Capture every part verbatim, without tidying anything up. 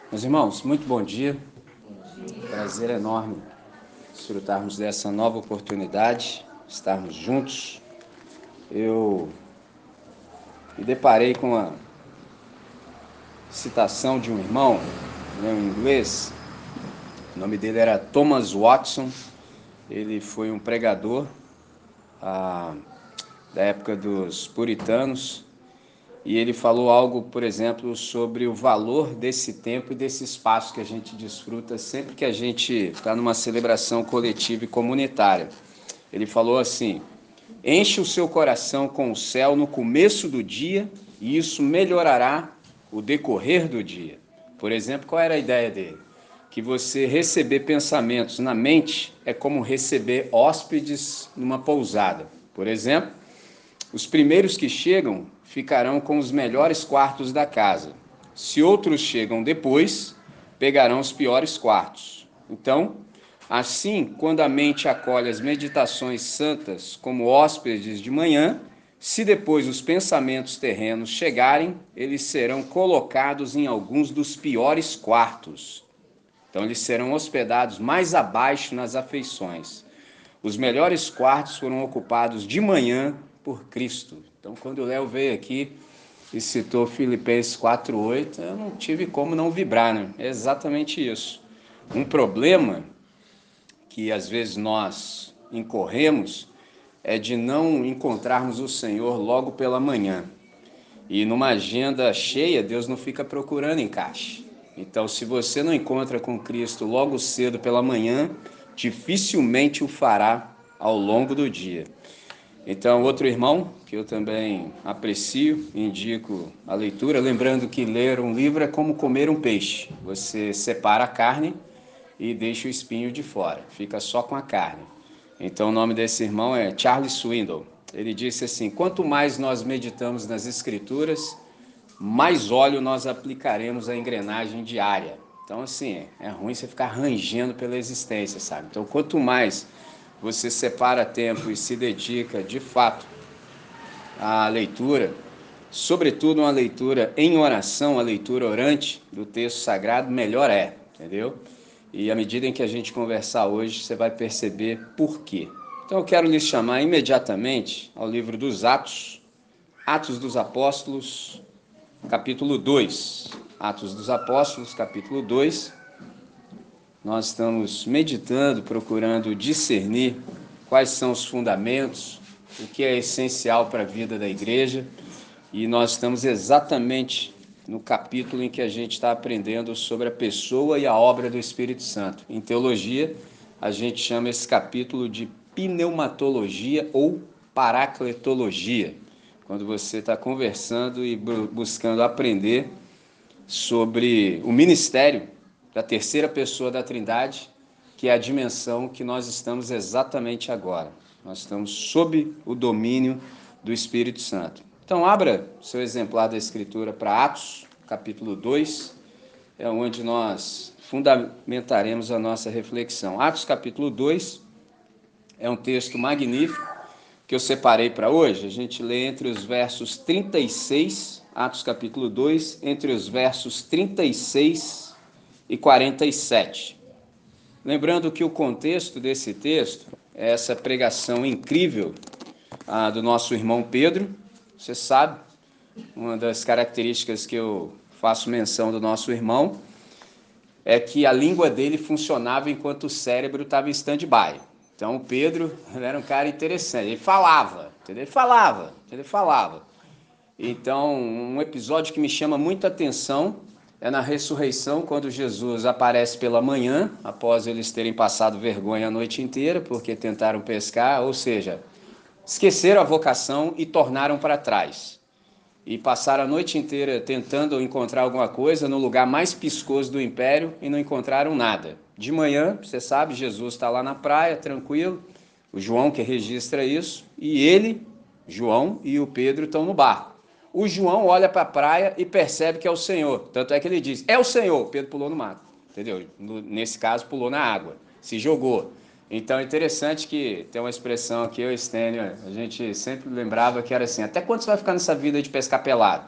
Meus irmãos, muito bom dia. Prazer enorme desfrutarmos dessa nova oportunidade, estarmos juntos. Eu me deparei com a citação de um irmão, né, em inglês. O nome dele era Thomas Watson. Ele foi um pregador ah, da época dos puritanos. E ele falou algo, por exemplo, sobre o valor desse tempo e desse espaço que a gente desfruta sempre que a gente está numa celebração coletiva e comunitária. Ele falou assim: enche o seu coração com o céu no começo do dia e isso melhorará o decorrer do dia. Por exemplo, qual era a ideia dele? Que você receber pensamentos na mente é como receber hóspedes numa pousada. Por exemplo, os primeiros que chegam ficarão com os melhores quartos da casa. Se outros chegam depois, pegarão os piores quartos. Então, assim, quando a mente acolhe as meditações santas como hóspedes de manhã, se depois os pensamentos terrenos chegarem, eles serão colocados em alguns dos piores quartos. Então, eles serão hospedados mais abaixo nas afeições. Os melhores quartos foram ocupados de manhã por Cristo. Então, quando o Léo veio aqui e citou Filipenses quatro oito, eu não tive como não vibrar, né? É exatamente isso. Um problema que às vezes nós incorremos é de não encontrarmos o Senhor logo pela manhã. E numa agenda cheia, Deus não fica procurando encaixe. Então, se você não encontra com Cristo logo cedo pela manhã, dificilmente o fará ao longo do dia. Então, outro irmão que eu também aprecio, indico a leitura, lembrando que ler um livro é como comer um peixe. Você separa a carne e deixa o espinho de fora, fica só com a carne. Então, o nome desse irmão é Charles Swindoll. Ele disse assim: quanto mais nós meditamos nas Escrituras, mais óleo nós aplicaremos à engrenagem diária. Então, assim, é ruim você ficar rangendo pela existência, sabe? Então, quanto mais você separa tempo e se dedica, de fato, à leitura, sobretudo uma leitura em oração, a leitura orante do texto sagrado, melhor é, entendeu? E à medida em que a gente conversar hoje, você vai perceber por quê. Então, eu quero lhes chamar imediatamente ao livro dos Atos, Atos dos Apóstolos, capítulo dois. Atos dos Apóstolos, capítulo dois. Nós estamos meditando, procurando discernir quais são os fundamentos, o que é essencial para a vida da igreja, e nós estamos exatamente no capítulo em que a gente está aprendendo sobre a pessoa e a obra do Espírito Santo. Em teologia, a gente chama esse capítulo de pneumatologia ou paracletologia, quando você está conversando e buscando aprender sobre o ministério da terceira pessoa da Trindade, que é a dimensão que nós estamos exatamente agora. Nós estamos sob o domínio do Espírito Santo. Então, abra seu exemplar da Escritura para Atos, capítulo dois, é onde nós fundamentaremos a nossa reflexão. Atos, capítulo dois, é um texto magnífico que eu separei para hoje. A gente lê entre os versos trinta e seis, Atos, capítulo dois, entre os versos trinta e seis e quarenta e sete. Lembrando que o contexto desse texto é essa pregação incrível ah, do nosso irmão Pedro. Você sabe, uma das características que eu faço menção do nosso irmão é que a língua dele funcionava enquanto o cérebro estava em stand-by. Então o Pedro era um cara interessante, ele falava, entendeu? Ele falava, ele falava. Então, um episódio que me chama muita atenção é na ressurreição, quando Jesus aparece pela manhã, após eles terem passado vergonha a noite inteira, porque tentaram pescar, ou seja, esqueceram a vocação e tornaram para trás. E passaram a noite inteira tentando encontrar alguma coisa no lugar mais piscoso do império e não encontraram nada. De manhã, você sabe, Jesus está lá na praia, tranquilo, o João que registra isso, e ele, João e o Pedro estão no barco. O João olha para a praia e percebe que é o Senhor. Tanto é que ele diz, é o Senhor. Pedro pulou no mar, entendeu? Nesse caso, pulou na água, se jogou. Então é interessante que tem uma expressão aqui, eu e Stênio, a gente sempre lembrava que era assim, até quando você vai ficar nessa vida de pescar pelado?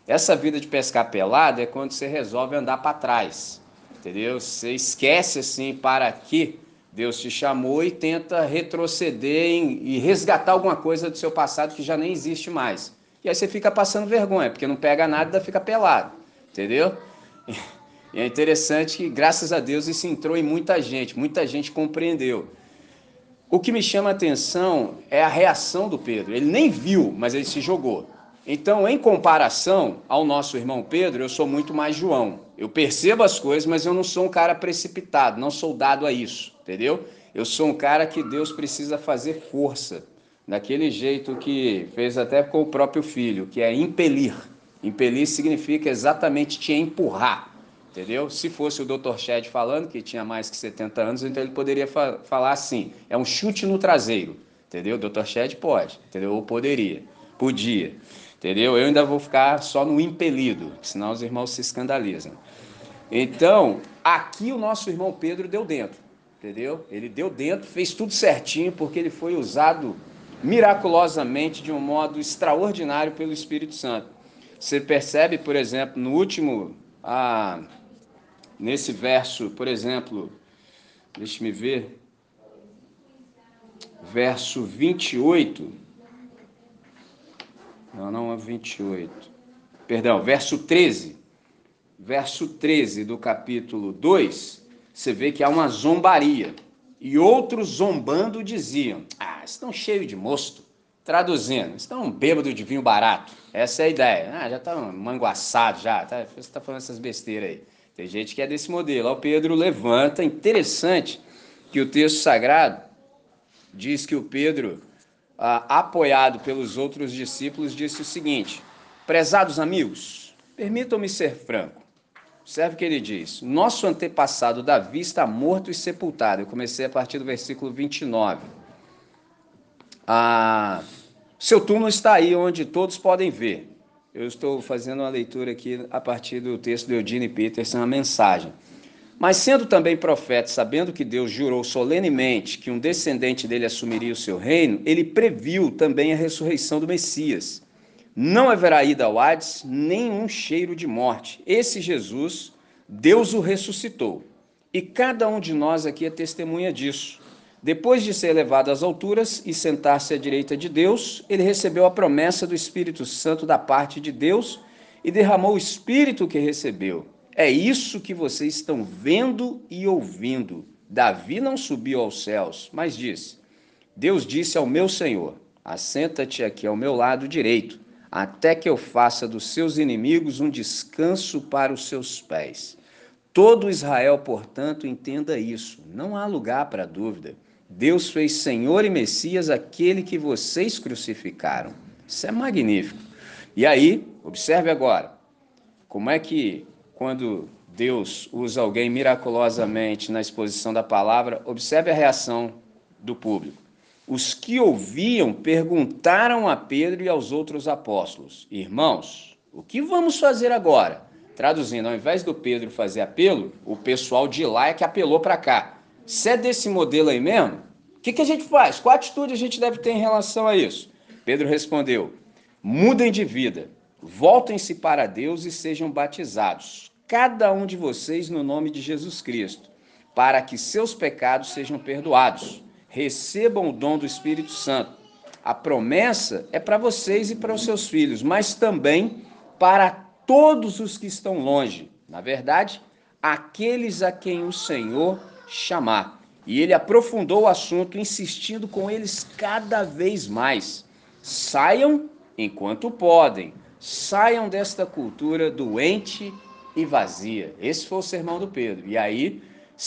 Essa vida de pescar pelado é quando você resolve andar para trás, entendeu? Você esquece assim para que Deus te chamou e tenta retroceder em, e resgatar alguma coisa do seu passado que já nem existe mais. E aí você fica passando vergonha, porque não pega nada e fica pelado, entendeu? E é interessante que, graças a Deus, isso entrou em muita gente, muita gente compreendeu. O que me chama a atenção é a reação do Pedro. Ele nem viu, mas ele se jogou. Então, em comparação ao nosso irmão Pedro, eu sou muito mais João. Eu percebo as coisas, mas eu não sou um cara precipitado, não sou dado a isso, entendeu? Eu sou um cara que Deus precisa fazer força, daquele jeito que fez até com o próprio filho, que é impelir. Impelir significa exatamente te empurrar, entendeu? Se fosse o doutor Shed falando, que tinha mais que setenta anos, então ele poderia fa falar assim, é um chute no traseiro, entendeu? O doutor Shed pode, entendeu? Ou poderia, podia, entendeu? Eu ainda vou ficar só no impelido, senão os irmãos se escandalizam. Então, aqui o nosso irmão Pedro deu dentro, entendeu? Ele deu dentro, fez tudo certinho, porque ele foi usado miraculosamente, de um modo extraordinário pelo Espírito Santo. Você percebe, por exemplo, no último... Ah, nesse verso, por exemplo, deixe-me ver, verso vinte e oito, não, não é vinte e oito, perdão, verso treze, verso treze do capítulo dois, você vê que há uma zombaria, e outros zombando diziam, ah, estão cheios de mosto, traduzindo, estão bêbados de vinho barato, essa é a ideia, ah, já está manguaçado, já, tá, você está falando essas besteiras aí. Tem gente que é desse modelo. Ó, o Pedro levanta. Interessante que o texto sagrado diz que o Pedro, ah, apoiado pelos outros discípulos, disse o seguinte: prezados amigos, permitam-me ser franco. Observe o que ele diz. Nosso antepassado Davi está morto e sepultado. Eu comecei a partir do versículo vinte e nove. Ah, seu túmulo está aí onde todos podem ver. Eu estou fazendo uma leitura aqui a partir do texto de Eugene Peterson, uma mensagem. Mas sendo também profeta, sabendo que Deus jurou solenemente que um descendente dele assumiria o seu reino, ele previu também a ressurreição do Messias. Não haverá ida ao Hades, nem um cheiro de morte. Esse Jesus, Deus o ressuscitou. E cada um de nós aqui é testemunha disso. Depois de ser elevado às alturas e sentar-se à direita de Deus, ele recebeu a promessa do Espírito Santo da parte de Deus e derramou o Espírito que recebeu. É isso que vocês estão vendo e ouvindo. Davi não subiu aos céus, mas disse, Deus disse ao meu Senhor, assenta-te aqui ao meu lado direito, até que eu faça dos seus inimigos um descanso para os seus pés. Todo Israel, portanto, entenda isso. Não há lugar para dúvida. Deus fez Senhor e Messias aquele que vocês crucificaram. Isso é magnífico. E aí, observe agora, como é que, quando Deus usa alguém miraculosamente na exposição da palavra, observe a reação do público. Os que ouviam perguntaram a Pedro e aos outros apóstolos, irmãos, o que vamos fazer agora? Traduzindo, ao invés do Pedro fazer apelo, o pessoal de lá é que apelou para cá. Se é desse modelo aí mesmo, o que, que a gente faz? Qual atitude a gente deve ter em relação a isso? Pedro respondeu, mudem de vida, voltem-se para Deus e sejam batizados, cada um de vocês no nome de Jesus Cristo, para que seus pecados sejam perdoados. Recebam o dom do Espírito Santo. A promessa é para vocês e para os seus filhos, mas também para todos os que estão longe. Na verdade, aqueles a quem o Senhor chamar. E ele aprofundou o assunto, insistindo com eles cada vez mais. Saiam enquanto podem. Saiam desta cultura doente e vazia. Esse foi o sermão do Pedro. E aí,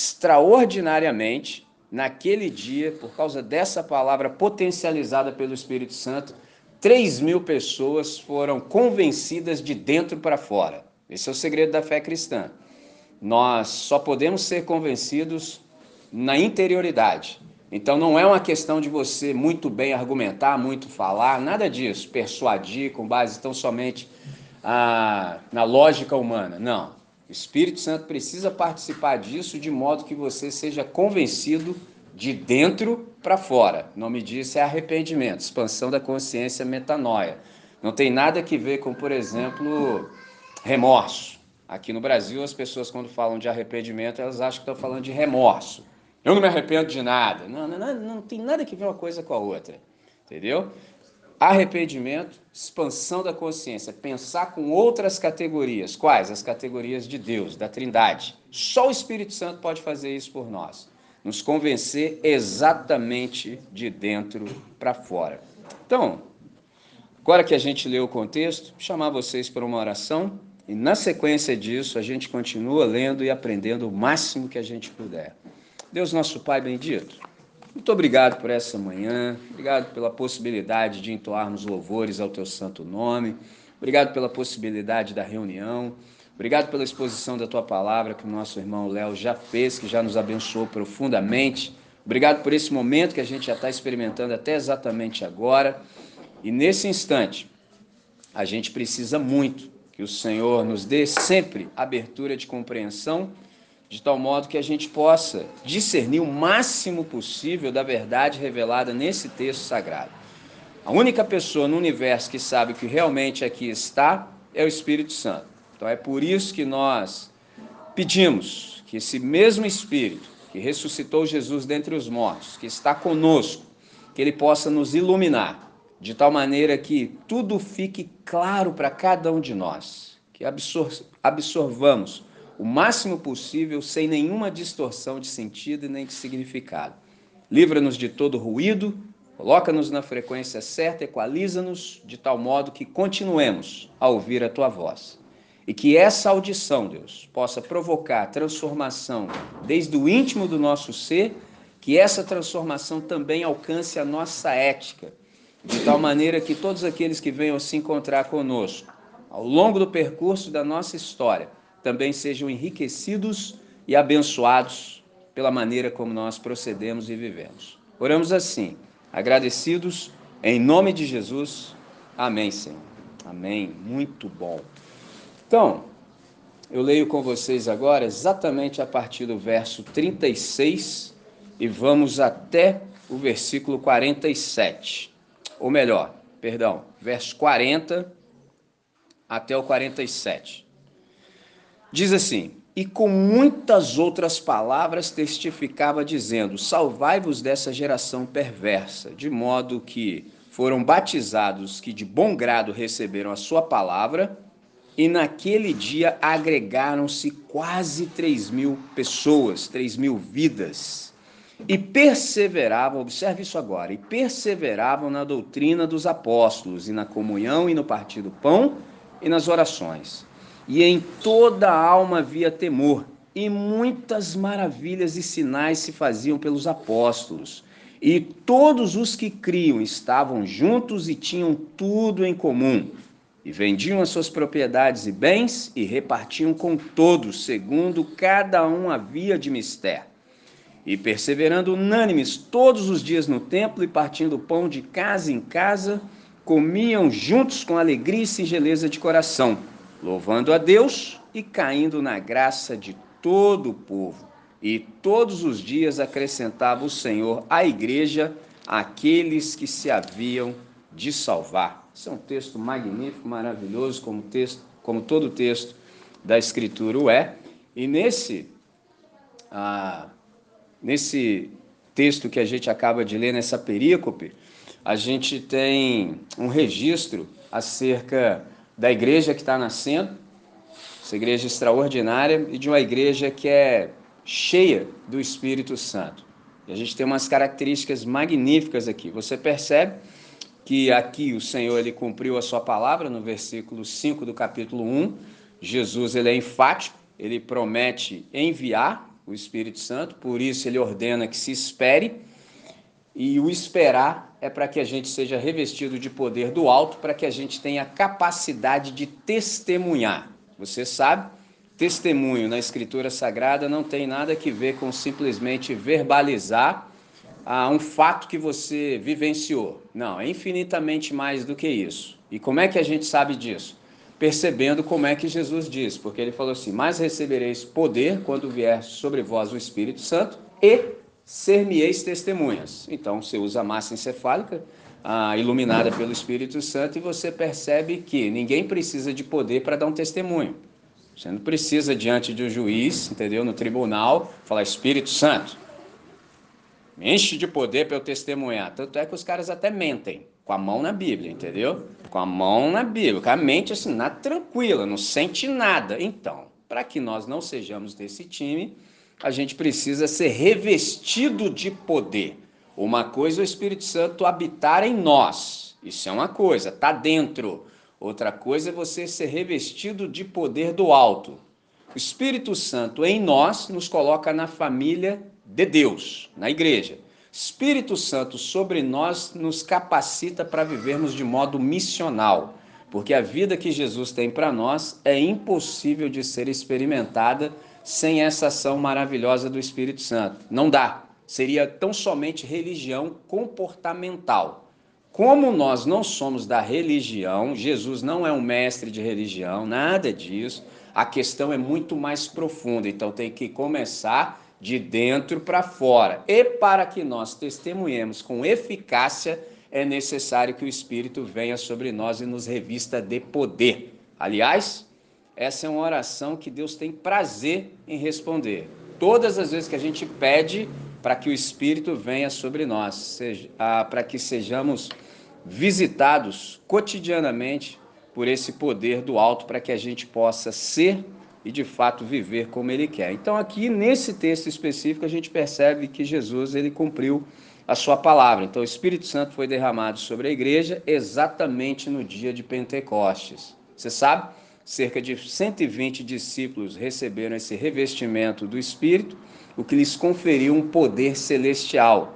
extraordinariamente, naquele dia, por causa dessa palavra potencializada pelo Espírito Santo, três mil pessoas foram convencidas de dentro para fora. Esse é o segredo da fé cristã. Nós só podemos ser convencidos na interioridade. Então não é uma questão de você muito bem argumentar, muito falar, nada disso, persuadir com base tão somente ah, na lógica humana. Não. O Espírito Santo precisa participar disso de modo que você seja convencido de dentro para fora. O nome disso é arrependimento, expansão da consciência, metanoia. Não tem nada que ver com, por exemplo, remorso. Aqui no Brasil, as pessoas, quando falam de arrependimento, elas acham que estão falando de remorso. Eu não me arrependo de nada. Não, não, não, não tem nada que ver uma coisa com a outra. Entendeu? Arrependimento, expansão da consciência, pensar com outras categorias. Quais? As categorias de Deus, da Trindade. Só o Espírito Santo pode fazer isso por nós. Nos convencer exatamente de dentro para fora. Então, agora que a gente leu o contexto, chamar vocês para uma oração e na sequência disso a gente continua lendo e aprendendo o máximo que a gente puder. Deus nosso Pai bendito, muito obrigado por essa manhã, obrigado pela possibilidade de entoarmos louvores ao teu santo nome, obrigado pela possibilidade da reunião, obrigado pela exposição da tua palavra que o nosso irmão Léo já fez, que já nos abençoou profundamente, obrigado por esse momento que a gente já está experimentando até exatamente agora. E nesse instante, a gente precisa muito que o Senhor nos dê sempre abertura de compreensão, de tal modo que a gente possa discernir o máximo possível da verdade revelada nesse texto sagrado. A única pessoa no universo que sabe o que realmente aqui está é o Espírito Santo. Então é por isso que nós pedimos que esse mesmo Espírito que ressuscitou Jesus dentre os mortos, que está conosco, que ele possa nos iluminar, de tal maneira que tudo fique claro para cada um de nós, que absor absorvamos o máximo possível sem nenhuma distorção de sentido e nem de significado. Livra-nos de todo ruído, coloca-nos na frequência certa, equaliza-nos de tal modo que continuemos a ouvir a tua voz. E que essa audição, Deus, possa provocar transformação desde o íntimo do nosso ser, que essa transformação também alcance a nossa ética, de tal maneira que todos aqueles que venham se encontrar conosco ao longo do percurso da nossa história também sejam enriquecidos e abençoados pela maneira como nós procedemos e vivemos. Oramos assim, agradecidos, em nome de Jesus. Amém, Senhor. Amém. Muito bom. Então, eu leio com vocês agora exatamente a partir do verso trinta e seis e vamos até o versículo quarenta e sete. Ou melhor, perdão, verso quarenta até o quarenta e sete. Diz assim: e com muitas outras palavras testificava, dizendo: salvai-vos dessa geração perversa, de modo que foram batizados que de bom grado receberam a sua palavra, e naquele dia agregaram-se quase três mil pessoas, três mil vidas, e perseveravam, observe isso agora, e perseveravam na doutrina dos apóstolos, e na comunhão, e no partir do pão, e nas orações. E em toda a alma havia temor, e muitas maravilhas e sinais se faziam pelos apóstolos. E todos os que criam estavam juntos e tinham tudo em comum. E vendiam as suas propriedades e bens e repartiam com todos, segundo cada um havia de mister. E perseverando unânimes todos os dias no templo e partindo o pão de casa em casa, comiam juntos com alegria e singeleza de coração, louvando a Deus e caindo na graça de todo o povo. E todos os dias acrescentava o Senhor à igreja aqueles que se haviam de salvar. Esse é um texto magnífico, maravilhoso, como, texto, como todo texto da Escritura o é. E nesse, ah, nesse texto que a gente acaba de ler, nessa perícope, a gente tem um registro acerca da igreja que está nascendo, essa igreja extraordinária, e de uma igreja que é cheia do Espírito Santo. E a gente tem umas características magníficas aqui. Você percebe que aqui o Senhor ele cumpriu a sua palavra no versículo cinco do capítulo um. Jesus ele é enfático, ele promete enviar o Espírito Santo, por isso ele ordena que se espere, e o esperar é para que a gente seja revestido de poder do alto, para que a gente tenha capacidade de testemunhar. Você sabe, testemunho na Escritura Sagrada não tem nada que ver com simplesmente verbalizar ah, um fato que você vivenciou. Não, é infinitamente mais do que isso. E como é que a gente sabe disso? Percebendo como é que Jesus diz, porque ele falou assim: mas recebereis poder quando vier sobre vós o Espírito Santo e ser-me-eis testemunhas. Então, você usa a massa encefálica, ah, iluminada pelo Espírito Santo, e você percebe que ninguém precisa de poder para dar um testemunho. Você não precisa, diante de um juiz, entendeu, no tribunal, falar: Espírito Santo, me enche de poder para eu testemunhar. Tanto é que os caras até mentem, com a mão na Bíblia, entendeu? Com a mão na Bíblia, com a mente assim, na tranquila, não sente nada. Então, para que nós não sejamos desse time, a gente precisa ser revestido de poder. Uma coisa é o Espírito Santo habitar em nós, isso é uma coisa, está dentro. Outra coisa é você ser revestido de poder do alto. O Espírito Santo em nós nos coloca na família de Deus, na igreja. Espírito Santo sobre nós nos capacita para vivermos de modo missional, porque a vida que Jesus tem para nós é impossível de ser experimentada sem essa ação maravilhosa do Espírito Santo. Não dá. Seria tão somente religião comportamental. Como nós não somos da religião, Jesus não é um mestre de religião, nada disso. A questão é muito mais profunda, então tem que começar de dentro para fora. E para que nós testemunhemos com eficácia, é necessário que o Espírito venha sobre nós e nos revista de poder. Aliás, essa é uma oração que Deus tem prazer em responder. Todas as vezes que a gente pede para que o Espírito venha sobre nós, seja, ah, para que sejamos visitados cotidianamente por esse poder do alto, para que a gente possa ser e de fato viver como Ele quer. Então aqui nesse texto específico a gente percebe que Jesus ele cumpriu a sua palavra. Então o Espírito Santo foi derramado sobre a igreja exatamente no dia de Pentecostes. Você sabe? Cerca de cento e vinte discípulos receberam esse revestimento do Espírito, o que lhes conferiu um poder celestial.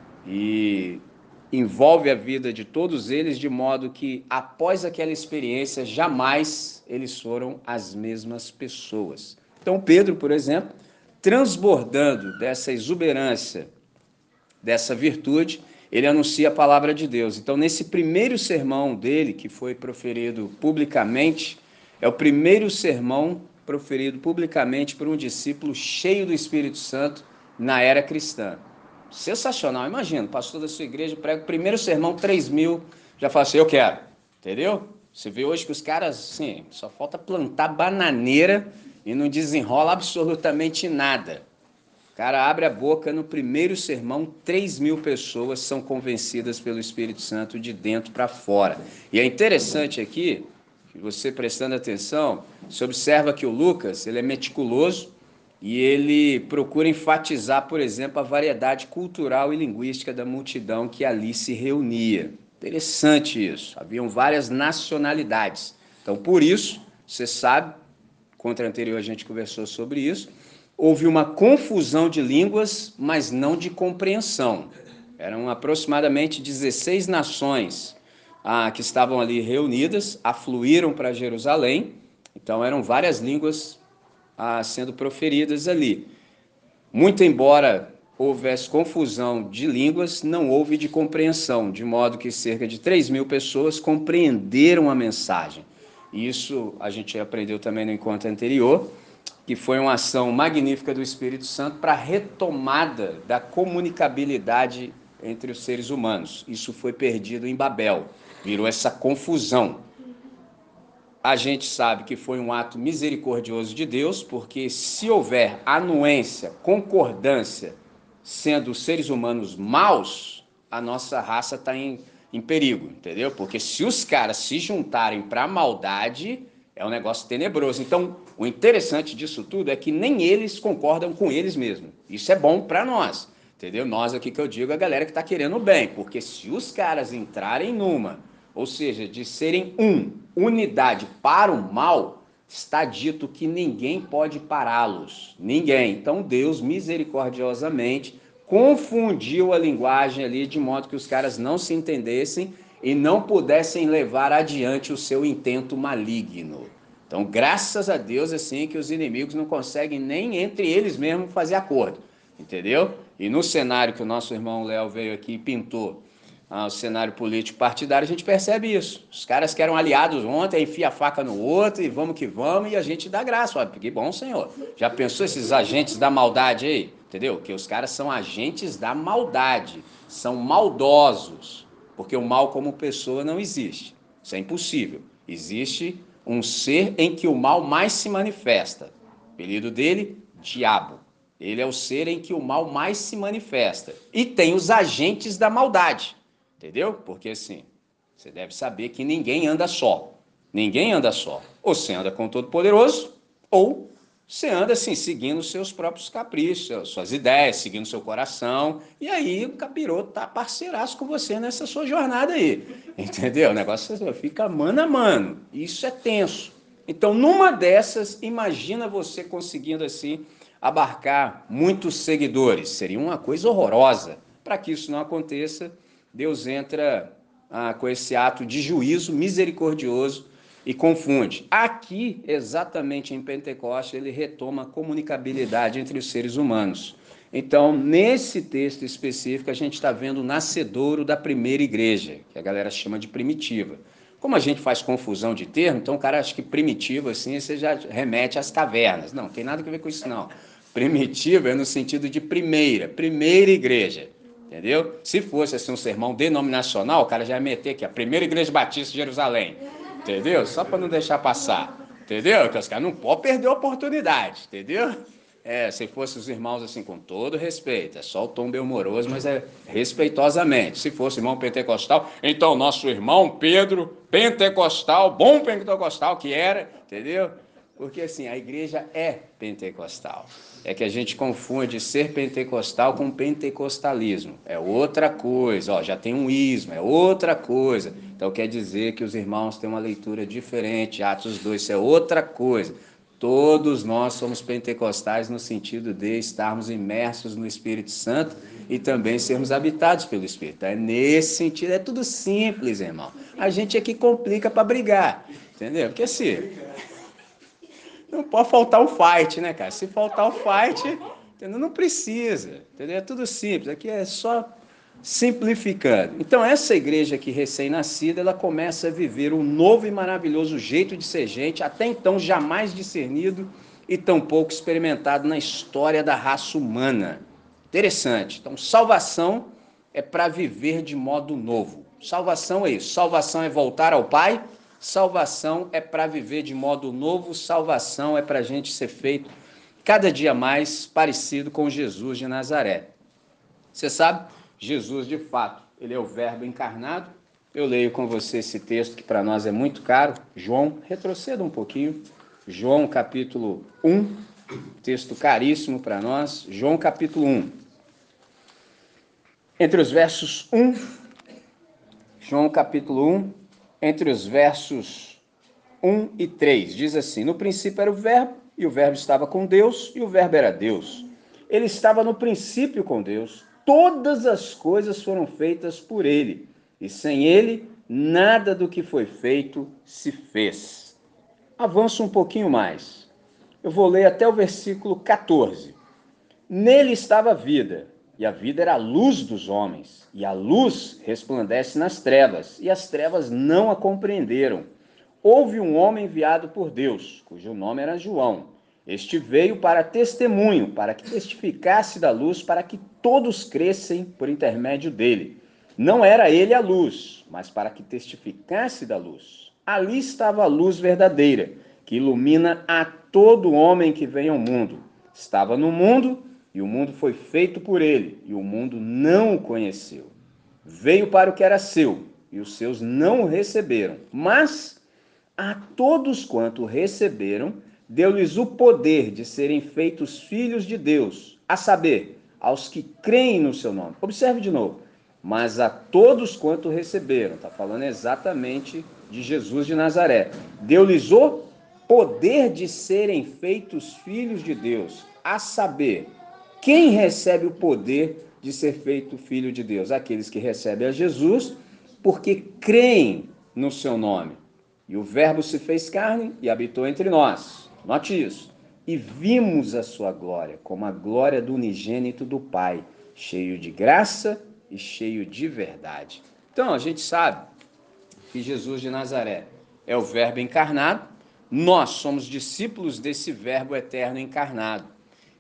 E envolve a vida de todos eles, de modo que, após aquela experiência, jamais eles foram as mesmas pessoas. Então, Pedro, por exemplo, transbordando dessa exuberância, dessa virtude, ele anuncia a palavra de Deus. Então, nesse primeiro sermão dele, que foi proferido publicamente, é o primeiro sermão proferido publicamente por um discípulo cheio do Espírito Santo na era cristã. Sensacional, imagina, pastor da sua igreja prega o primeiro sermão, três mil, já fala assim: eu quero, entendeu? Você vê hoje que os caras, assim, só falta plantar bananeira e não desenrola absolutamente nada. O cara abre a boca no primeiro sermão, três mil pessoas são convencidas pelo Espírito Santo de dentro para fora. E é interessante aqui, que você prestando atenção, você observa que o Lucas, ele é meticuloso, e ele procura enfatizar, por exemplo, a variedade cultural e linguística da multidão que ali se reunia. Interessante isso. Haviam várias nacionalidades. Então, por isso, você sabe, contra anterior a gente conversou sobre isso, houve uma confusão de línguas, mas não de compreensão. Eram aproximadamente dezesseis nações ah, que estavam ali reunidas, afluíram para Jerusalém. Então, eram várias línguas Ah, sendo proferidas ali. Muito embora houvesse confusão de línguas, não houve de compreensão, de modo que cerca de três mil pessoas compreenderam a mensagem. Isso a gente aprendeu também no encontro anterior, que foi uma ação magnífica do Espírito Santo para a retomada da comunicabilidade entre os seres humanos. Isso foi perdido em Babel, virou essa confusão. A gente sabe que foi um ato misericordioso de Deus, porque se houver anuência, concordância, sendo seres humanos maus, a nossa raça está em, em perigo, entendeu? Porque se os caras se juntarem para a maldade, é um negócio tenebroso. Então, o interessante disso tudo é que nem eles concordam com eles mesmos. Isso é bom para nós, entendeu? Nós aqui que eu digo, a galera que está querendo o bem, porque se os caras entrarem numa, ou seja, de serem um, unidade para o mal, está dito que ninguém pode pará-los, ninguém. Então Deus misericordiosamente confundiu a linguagem ali de modo que os caras não se entendessem e não pudessem levar adiante o seu intento maligno. Então, graças a Deus, assim, que os inimigos não conseguem nem entre eles mesmos fazer acordo, entendeu? E no cenário que o nosso irmão Léo veio aqui e pintou, Ah, o cenário político partidário, a gente percebe isso. Os caras que eram aliados ontem, enfia a faca no outro e vamos que vamos, e a gente dá graça. Olha, que bom, senhor. Já pensou esses agentes da maldade aí? Entendeu? Que os caras são agentes da maldade, são maldosos, porque o mal como pessoa não existe. Isso é impossível. Existe um ser em que o mal mais se manifesta. O apelido dele, diabo. Ele é o ser em que o mal mais se manifesta. E tem os agentes da maldade. Entendeu? Porque assim, você deve saber que ninguém anda só. Ninguém anda só. Ou você anda com o Todo-Poderoso, ou você anda assim, seguindo os seus próprios caprichos, suas ideias, seguindo o seu coração. E aí o capiroto tá parceiraço com você nessa sua jornada aí. Entendeu? O negócio fica mano a mano. Isso é tenso. Então, numa dessas, imagina você conseguindo assim abarcar muitos seguidores. Seria uma coisa horrorosa. Para que isso não aconteça, Deus entra ah, com esse ato de juízo misericordioso e confunde. Aqui, exatamente em Pentecostes, ele retoma a comunicabilidade entre os seres humanos. Então, nesse texto específico, a gente está vendo o nascedouro da primeira igreja, que a galera chama de primitiva. Como a gente faz confusão de termo, então o cara acha que primitivo, assim, você já remete às cavernas. Não, tem nada a ver com isso, não. Primitiva é no sentido de primeira, primeira igreja. Entendeu? Se fosse assim um sermão denominacional, o cara já ia meter aqui, a primeira igreja batista de Jerusalém. Entendeu? Só para não deixar passar. Entendeu? Que os caras não podem perder a oportunidade. Entendeu? É, se fosse os irmãos assim, com todo respeito, é só o tom bem humoroso, mas é respeitosamente. Se fosse irmão pentecostal, então nosso irmão Pedro, pentecostal, bom pentecostal que era, entendeu? Porque assim, a igreja é pentecostal. É que a gente confunde ser pentecostal com pentecostalismo. É outra coisa, ó, já tem um ismo, é outra coisa. Então quer dizer que os irmãos têm uma leitura diferente, Atos dois, isso é outra coisa. Todos nós somos pentecostais no sentido de estarmos imersos no Espírito Santo e também sermos habitados pelo Espírito. É nesse sentido, é tudo simples, irmão. A gente é que complica para brigar, entendeu? Porque assim, não pode faltar o fight, né, cara? Se faltar o fight, entendeu? Não precisa, entendeu? É tudo simples. Aqui é só simplificando. Então, essa igreja aqui recém-nascida, ela começa a viver um novo e maravilhoso jeito de ser gente, até então jamais discernido e tampouco experimentado na história da raça humana. Interessante. Então, salvação é para viver de modo novo. Salvação é isso. Salvação é voltar ao Pai. Salvação é para viver de modo novo. Salvação é para a gente ser feito cada dia mais parecido com Jesus de Nazaré. Você sabe, Jesus de fato, ele é o Verbo encarnado. Eu leio com você esse texto que para nós é muito caro. João, retroceda um pouquinho. João capítulo um, texto caríssimo para nós. João capítulo um. Entre os versos um, João capítulo um, entre os versos um e três, diz assim: no princípio era o Verbo, e o Verbo estava com Deus, e o Verbo era Deus. Ele estava no princípio com Deus. Todas as coisas foram feitas por ele, e sem ele, nada do que foi feito se fez. Avanço um pouquinho mais. Eu vou ler até o versículo quatorze. Nele estava a vida, e a vida era a luz dos homens, e a luz resplandece nas trevas, e as trevas não a compreenderam. Houve um homem enviado por Deus, cujo nome era João. Este veio para testemunho, para que testificasse da luz, para que todos crescem por intermédio dele. Não era ele a luz, mas para que testificasse da luz. Ali estava a luz verdadeira, que ilumina a todo homem que vem ao mundo. Estava no mundo, e o mundo foi feito por ele, e o mundo não o conheceu. Veio para o que era seu, e os seus não o receberam. Mas a todos quanto receberam, deu-lhes o poder de serem feitos filhos de Deus, a saber, aos que creem no seu nome. Observe de novo. Mas a todos quanto receberam, está falando exatamente de Jesus de Nazaré, deu-lhes o poder de serem feitos filhos de Deus, a saber, quem recebe o poder de ser feito filho de Deus? Aqueles que recebem a Jesus, porque creem no seu nome. E o Verbo se fez carne e habitou entre nós. Note isso. E vimos a sua glória, como a glória do unigênito do Pai, cheio de graça e cheio de verdade. Então, a gente sabe que Jesus de Nazaré é o Verbo encarnado. Nós somos discípulos desse Verbo eterno encarnado.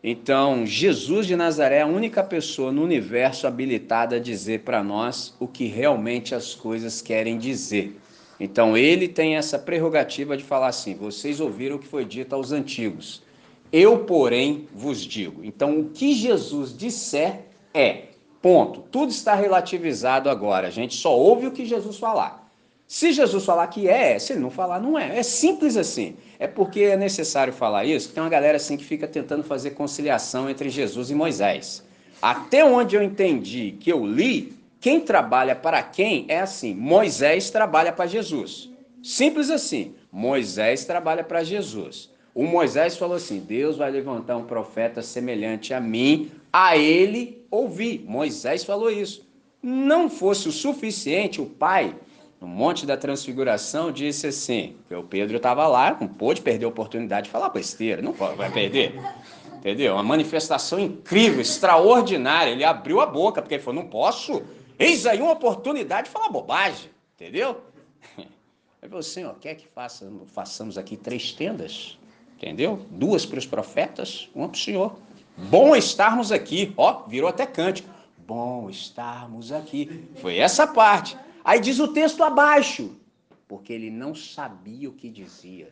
Então, Jesus de Nazaré é a única pessoa no universo habilitada a dizer para nós o que realmente as coisas querem dizer. Então, ele tem essa prerrogativa de falar assim: vocês ouviram o que foi dito aos antigos. Eu, porém, vos digo. Então, o que Jesus disser é, ponto. Tudo está relativizado agora. A gente só ouve o que Jesus falar. Se Jesus falar que é, se ele não falar, não é. É simples assim. É porque é necessário falar isso, que tem uma galera assim que fica tentando fazer conciliação entre Jesus e Moisés. Até onde eu entendi que eu li, quem trabalha para quem é assim: Moisés trabalha para Jesus. Simples assim. Moisés trabalha para Jesus. O Moisés falou assim: Deus vai levantar um profeta semelhante a mim, a ele ouvi. Moisés falou isso. Não fosse o suficiente, o pai, no Monte da Transfiguração, disse assim, que o Pedro estava lá, não pôde perder a oportunidade de falar besteira, não vai perder, entendeu? Uma manifestação incrível, extraordinária, ele abriu a boca, porque ele falou, não posso, eis aí uma oportunidade de falar bobagem, entendeu? Ele falou assim, ó, quer que faça, façamos aqui três tendas, entendeu? Duas para os profetas, uma para o Senhor. Bom estarmos aqui, ó, virou até cântico, bom estarmos aqui, foi essa parte. Aí diz o texto abaixo, porque ele não sabia o que dizia.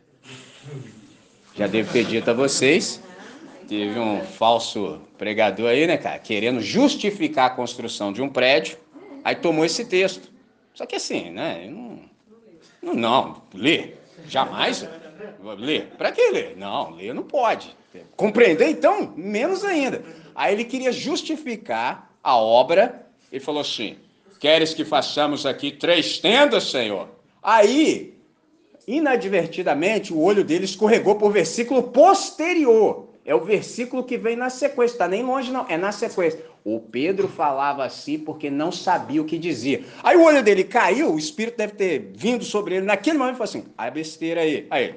Já devo ter dito a vocês, teve um falso pregador aí, né, cara, querendo justificar a construção de um prédio, aí tomou esse texto. Só que assim, né, não, não, não ler, jamais ler. Para que ler? Não, ler não pode. Compreender, então, menos ainda. Aí ele queria justificar a obra, ele falou assim, queres que façamos aqui três tendas, Senhor? Aí, inadvertidamente, o olho dele escorregou para o versículo posterior. É o versículo que vem na sequência, está nem longe não, é na sequência. O Pedro falava assim porque não sabia o que dizia. Aí o olho dele caiu, o Espírito deve ter vindo sobre ele naquele momento e falou assim, a besteira aí. Aí,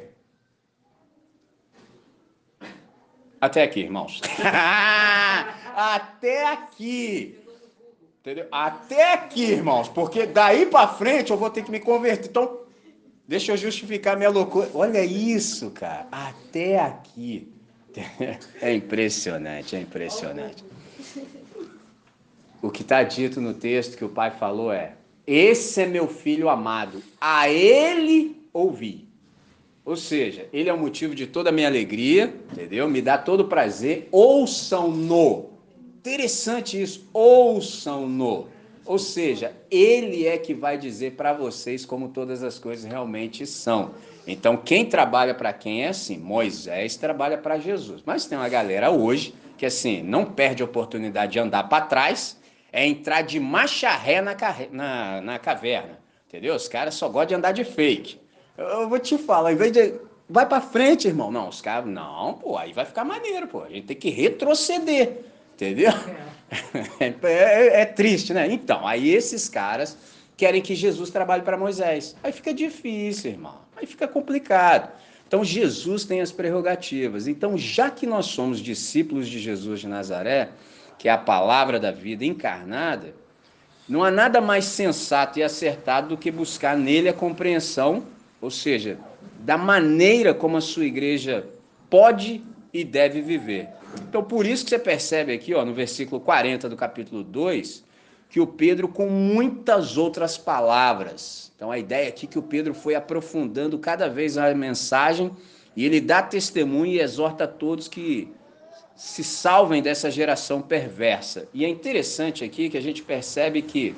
até aqui, irmãos. Até aqui. Entendeu? Até aqui, irmãos, porque daí para frente eu vou ter que me converter. Então, deixa eu justificar minha loucura. Olha isso, cara. Até aqui. É impressionante, é impressionante. O que está dito no texto que o pai falou é: esse é meu filho amado, a ele ouvi. Ou seja, ele é o motivo de toda a minha alegria, entendeu? Me dá todo o prazer. Ouçam-no. Interessante isso. Ouçam-no. Ou seja, ele é que vai dizer para vocês como todas as coisas realmente são. Então, quem trabalha para quem é assim? Moisés trabalha para Jesus. Mas tem uma galera hoje que assim, não perde a oportunidade de andar para trás, é entrar de macharré na, na, na caverna. Entendeu? Os caras só gostam de andar de fake. Eu vou te falar, em vez de... vai pra frente, irmão. Não, os caras... Não, pô, aí vai ficar maneiro, pô. A gente tem que retroceder, entendeu? É, é, é triste, né? Então, aí esses caras querem que Jesus trabalhe para Moisés. Aí fica difícil, irmão. Aí fica complicado. Então, Jesus tem as prerrogativas. Então, já que nós somos discípulos de Jesus de Nazaré, que é a palavra da vida encarnada, não há nada mais sensato e acertado do que buscar nele a compreensão, ou seja, da maneira como a sua igreja pode e deve viver. Então, por isso que você percebe aqui, ó, no versículo quarenta do capítulo dois, que o Pedro, com muitas outras palavras, então a ideia aqui é que o Pedro foi aprofundando cada vez a mensagem e ele dá testemunho e exorta a todos que se salvem dessa geração perversa. E é interessante aqui que a gente percebe que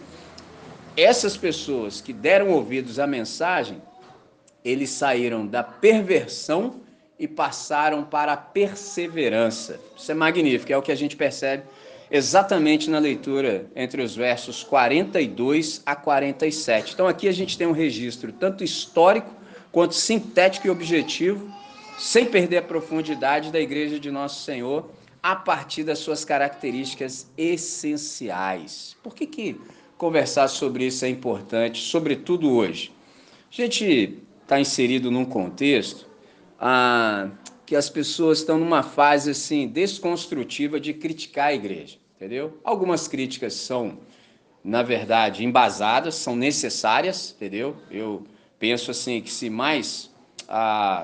essas pessoas que deram ouvidos à mensagem, eles saíram da perversão e passaram para a perseverança. Isso é magnífico, é o que a gente percebe exatamente na leitura entre os versos quarenta e dois a quarenta e sete. Então aqui a gente tem um registro tanto histórico quanto sintético e objetivo, sem perder a profundidade da Igreja de Nosso Senhor, a partir das suas características essenciais. Por que que conversar sobre isso é importante, sobretudo hoje? A gente está inserido num contexto ah, que as pessoas estão numa fase assim desconstrutiva de criticar a igreja, entendeu? Algumas críticas são, na verdade, embasadas, são necessárias, entendeu? Eu penso assim que se mais ah,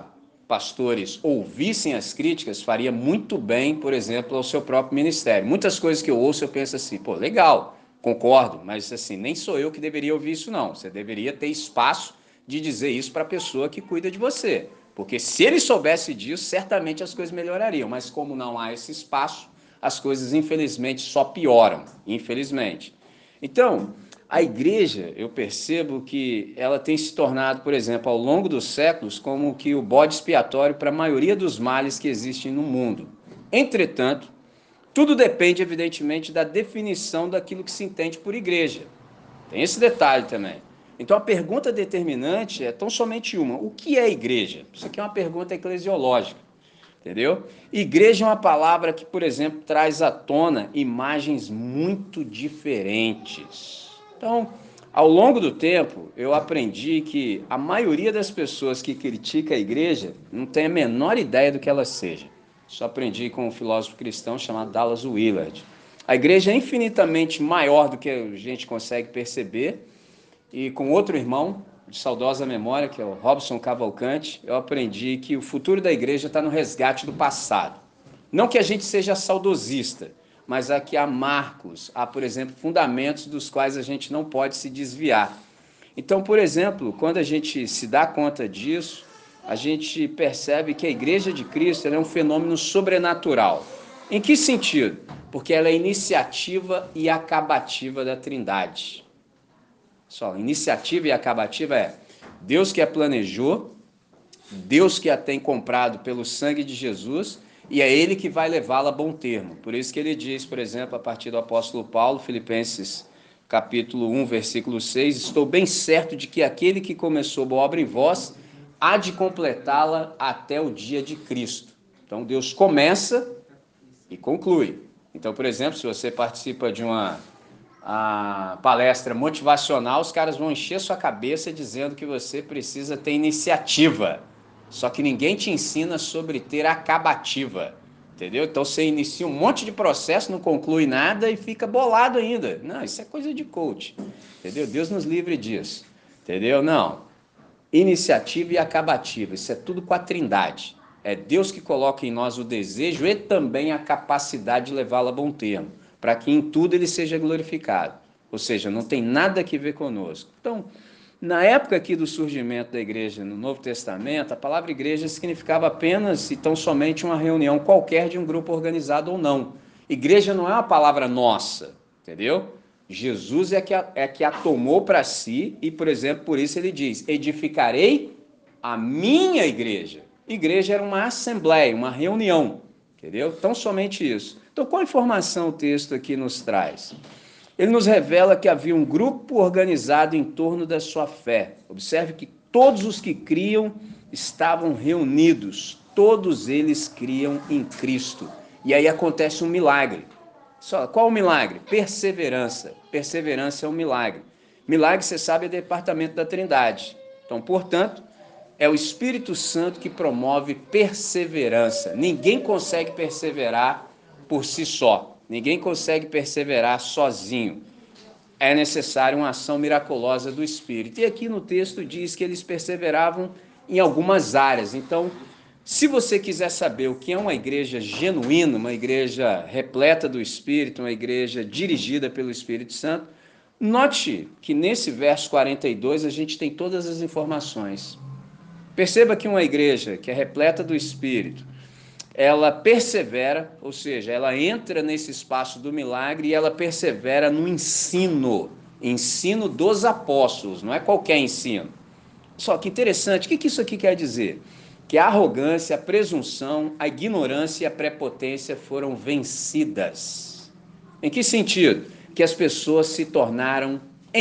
pastores ouvissem as críticas, faria muito bem, por exemplo, ao seu próprio ministério. Muitas coisas que eu ouço, eu penso assim, pô, legal, concordo, mas assim, nem sou eu que deveria ouvir isso, não. Você deveria ter espaço de dizer isso para a pessoa que cuida de você. Porque se ele soubesse disso, certamente as coisas melhorariam. Mas como não há esse espaço, as coisas, infelizmente, só pioram. Infelizmente. Então, a igreja, eu percebo que ela tem se tornado, por exemplo, ao longo dos séculos, como que o bode expiatório para a maioria dos males que existem no mundo. Entretanto, tudo depende, evidentemente, da definição daquilo que se entende por igreja. Tem esse detalhe também. Então, a pergunta determinante é tão somente uma: o que é igreja? Isso aqui é uma pergunta eclesiológica, entendeu? Igreja é uma palavra que, por exemplo, traz à tona imagens muito diferentes. Então, ao longo do tempo, eu aprendi que a maioria das pessoas que critica a igreja não tem a menor ideia do que ela seja. Isso aprendi com um filósofo cristão chamado Dallas Willard. A igreja é infinitamente maior do que a gente consegue perceber, e com outro irmão de saudosa memória, que é o Robson Cavalcante, eu aprendi que o futuro da igreja está no resgate do passado. Não que a gente seja saudosista, mas aqui há marcos, há, por exemplo, fundamentos dos quais a gente não pode se desviar. Então, por exemplo, quando a gente se dá conta disso, a gente percebe que a Igreja de Cristo é um fenômeno sobrenatural. Em que sentido? Porque ela é iniciativa e acabativa da Trindade. Só, iniciativa e acabativa é Deus que a planejou, Deus que a tem comprado pelo sangue de Jesus, e é Ele que vai levá-la a bom termo. Por isso que ele diz, por exemplo, a partir do apóstolo Paulo, Filipenses capítulo um, versículo seis, estou bem certo de que aquele que começou a obra em vós, há de completá-la até o dia de Cristo. Então Deus começa e conclui. Então, por exemplo, se você participa de uma a palestra motivacional, os caras vão encher sua cabeça dizendo que você precisa ter iniciativa. Só que ninguém te ensina sobre ter acabativa, entendeu? Então você inicia um monte de processo, não conclui nada e fica bolado ainda. Não, isso é coisa de coach, entendeu? Deus nos livre disso, entendeu? Não. Iniciativa e acabativa, isso é tudo com a Trindade. É Deus que coloca em nós o desejo e também a capacidade de levá-lo a bom termo, para que em tudo ele seja glorificado. Ou seja, não tem nada a ver conosco. Então, na época aqui do surgimento da igreja no Novo Testamento, a palavra igreja significava apenas e tão somente uma reunião qualquer de um grupo organizado ou não. Igreja não é uma palavra nossa, entendeu? Jesus é que a, é que a tomou para si e, por exemplo, por isso ele diz, edificarei a minha igreja. Igreja era uma assembleia, uma reunião, entendeu? Então, somente isso. Então, qual informação o texto aqui nos traz? Ele nos revela que havia um grupo organizado em torno da sua fé. Observe que todos os que criam estavam reunidos, todos eles criam em Cristo. E aí acontece um milagre. Só, qual o milagre? Perseverança. Perseverança é um milagre. Milagre, você sabe, é departamento da Trindade. Então, portanto, é o Espírito Santo que promove perseverança. Ninguém consegue perseverar por si só. Ninguém consegue perseverar sozinho. É necessária uma ação miraculosa do Espírito. E aqui no texto diz que eles perseveravam em algumas áreas. Então, se você quiser saber o que é uma igreja genuína, uma igreja repleta do Espírito, uma igreja dirigida pelo Espírito Santo, note que nesse verso quarenta e dois a gente tem todas as informações. Perceba que uma igreja que é repleta do Espírito, ela persevera, ou seja, ela entra nesse espaço do milagre e ela persevera no ensino, ensino dos apóstolos, não é qualquer ensino. Só que interessante, o que isso aqui quer dizer? Que a arrogância, a presunção, a ignorância e a prepotência foram vencidas. Em que sentido? Que as pessoas se tornaram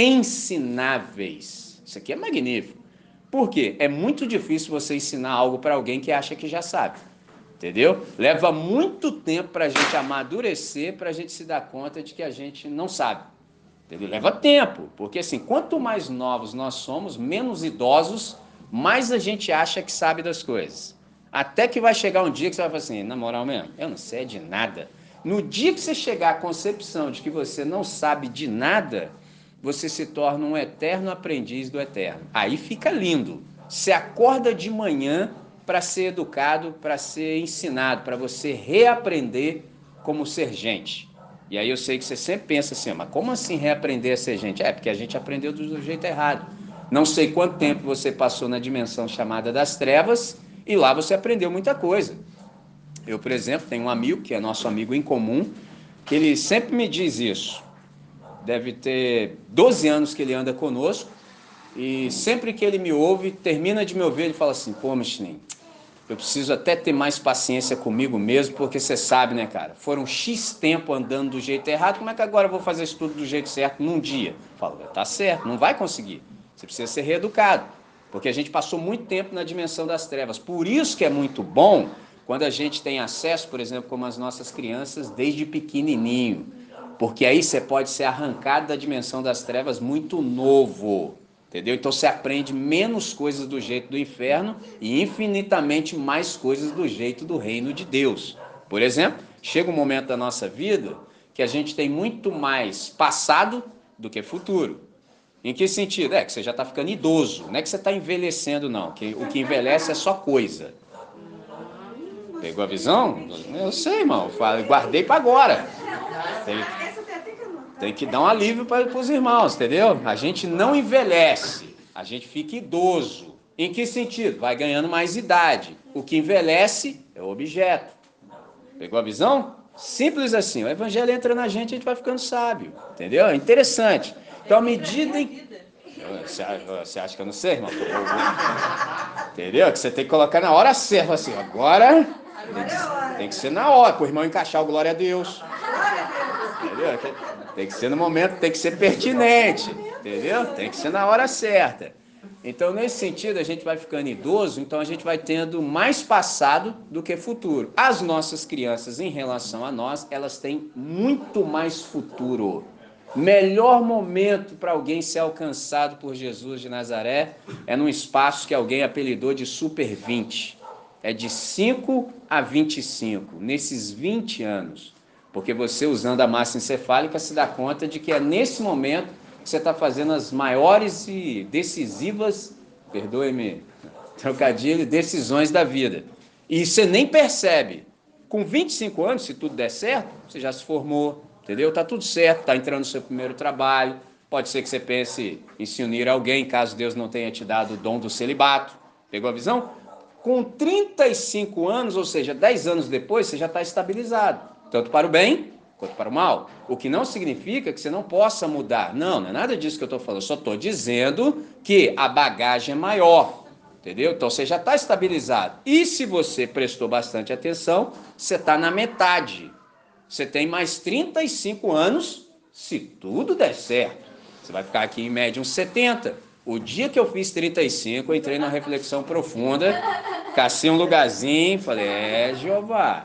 ensináveis. Isso aqui é magnífico. Por quê? É muito difícil você ensinar algo para alguém que acha que já sabe. Entendeu? Leva muito tempo para a gente amadurecer, para a gente se dar conta de que a gente não sabe. Entendeu? Leva tempo, porque assim, quanto mais novos nós somos, menos idosos, mais a gente acha que sabe das coisas. Até que vai chegar um dia que você vai falar assim, na moral mesmo, eu não sei de nada. No dia que você chegar à concepção de que você não sabe de nada, você se torna um eterno aprendiz do eterno. Aí fica lindo. Você acorda de manhã para ser educado, para ser ensinado, para você reaprender como ser gente. E aí eu sei que você sempre pensa assim, mas como assim reaprender a ser gente? É, porque a gente aprendeu do jeito errado. Não sei quanto tempo você passou na dimensão chamada das trevas e lá você aprendeu muita coisa. Eu, por exemplo, tenho um amigo, que é nosso amigo em comum, que ele sempre me diz isso. Deve ter doze anos que ele anda conosco e sempre que ele me ouve, termina de me ouvir, ele fala assim, pô, Michelin, eu preciso até ter mais paciência comigo mesmo, porque você sabe, né, cara? Foram X tempo andando do jeito errado, como é que agora eu vou fazer isso tudo do jeito certo num dia? Eu falo, tá certo, não vai conseguir. Você precisa ser reeducado, porque a gente passou muito tempo na dimensão das trevas. Por isso que é muito bom quando a gente tem acesso, por exemplo, como as nossas crianças, desde pequenininho. Porque aí você pode ser arrancado da dimensão das trevas muito novo. Entendeu? Então você aprende menos coisas do jeito do inferno e infinitamente mais coisas do jeito do reino de Deus. Por exemplo, chega um momento da nossa vida que a gente tem muito mais passado do que futuro. Em que sentido? É que você já está ficando idoso, não é que você está envelhecendo, não. Que o que envelhece é só coisa. Pegou a visão? Eu sei, irmão. Guardei para agora. Tem, tem que dar um alívio para os irmãos, entendeu? A gente não envelhece, a gente fica idoso. Em que sentido? Vai ganhando mais idade. O que envelhece é o objeto. Pegou a visão? Simples assim. O evangelho entra na gente e a gente vai ficando sábio. Entendeu? É interessante. Então, à medida em... Você acha, você acha que eu não sei, irmão? Entendeu? Que você tem que colocar na hora certa, assim. Agora tem que, tem que ser na hora, para o irmão encaixar o glória a Deus. Entendeu? Tem que ser no momento, tem que ser pertinente. Entendeu? Tem que ser na hora certa. Então, nesse sentido, a gente vai ficando idoso, então a gente vai tendo mais passado do que futuro. As nossas crianças, em relação a nós, elas têm muito mais futuro. Melhor momento para alguém ser alcançado por Jesus de Nazaré é num espaço que alguém apelidou de Super vinte. É de cinco a vinte e cinco, nesses vinte anos. Porque você, usando a massa encefálica, se dá conta de que é nesse momento que você está fazendo as maiores e decisivas, perdoe-me, trocadilho, decisões da vida. E você nem percebe. Com vinte e cinco anos, se tudo der certo, você já se formou, entendeu? Tá tudo certo, tá entrando no seu primeiro trabalho. Pode ser que você pense em se unir a alguém, caso Deus não tenha te dado o dom do celibato. Pegou a visão? Com trinta e cinco anos, ou seja, dez anos depois, você já está estabilizado, tanto para o bem quanto para o mal. O que não significa que você não possa mudar. Não, não é nada disso que eu estou falando. Eu só estou dizendo que a bagagem é maior. Entendeu? Então você já está estabilizado. E se você prestou bastante atenção, você está na metade. Você tem mais trinta e cinco anos, se tudo der certo. Você vai ficar aqui em média uns setenta. O dia que eu fiz trinta e cinco, eu entrei numa reflexão profunda, cacei um lugarzinho, falei, é, Jeová,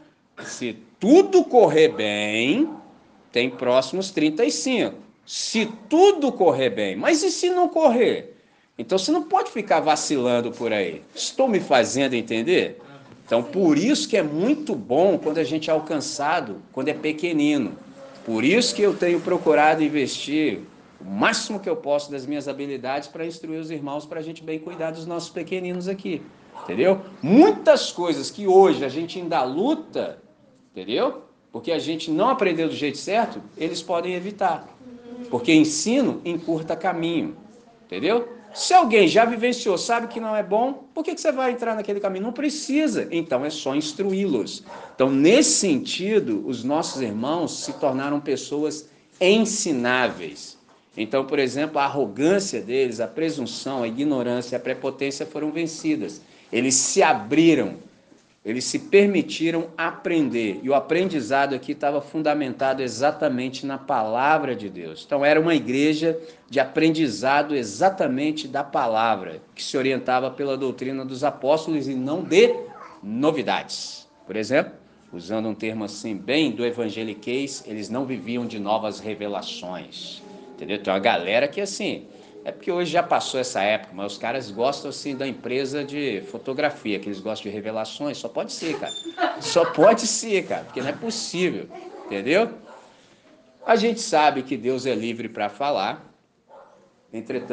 se tudo correr bem, tem próximos trinta e cinco. Se tudo correr bem, mas e se não correr? Então você não pode ficar vacilando por aí. Estou me fazendo entender? Então por isso que é muito bom quando a gente é alcançado, quando é pequenino. Por isso que eu tenho procurado investir o máximo que eu posso das minhas habilidades para instruir os irmãos, para a gente bem cuidar dos nossos pequeninos aqui. Entendeu? Muitas coisas que hoje a gente ainda luta, entendeu? Porque a gente não aprendeu do jeito certo, eles podem evitar. Porque ensino encurta caminho. Entendeu? Se alguém já vivenciou, sabe que não é bom, por que, que você vai entrar naquele caminho? Não precisa. Então é só instruí-los. Então, nesse sentido, os nossos irmãos se tornaram pessoas ensináveis. Então, por exemplo, a arrogância deles, a presunção, a ignorância, a prepotência foram vencidas. Eles se abriram, eles se permitiram aprender. E o aprendizado aqui estava fundamentado exatamente na palavra de Deus. Então era uma igreja de aprendizado exatamente da palavra, que se orientava pela doutrina dos apóstolos e não de novidades. Por exemplo, usando um termo assim bem do evangeliquez, eles não viviam de novas revelações. Entendeu? Tem uma galera que assim... É porque hoje já passou essa época, mas os caras gostam assim da empresa de fotografia, que eles gostam de revelações. Só pode ser, cara. Só pode ser, cara, porque não é possível, entendeu? A gente sabe que Deus é livre para falar, entretanto,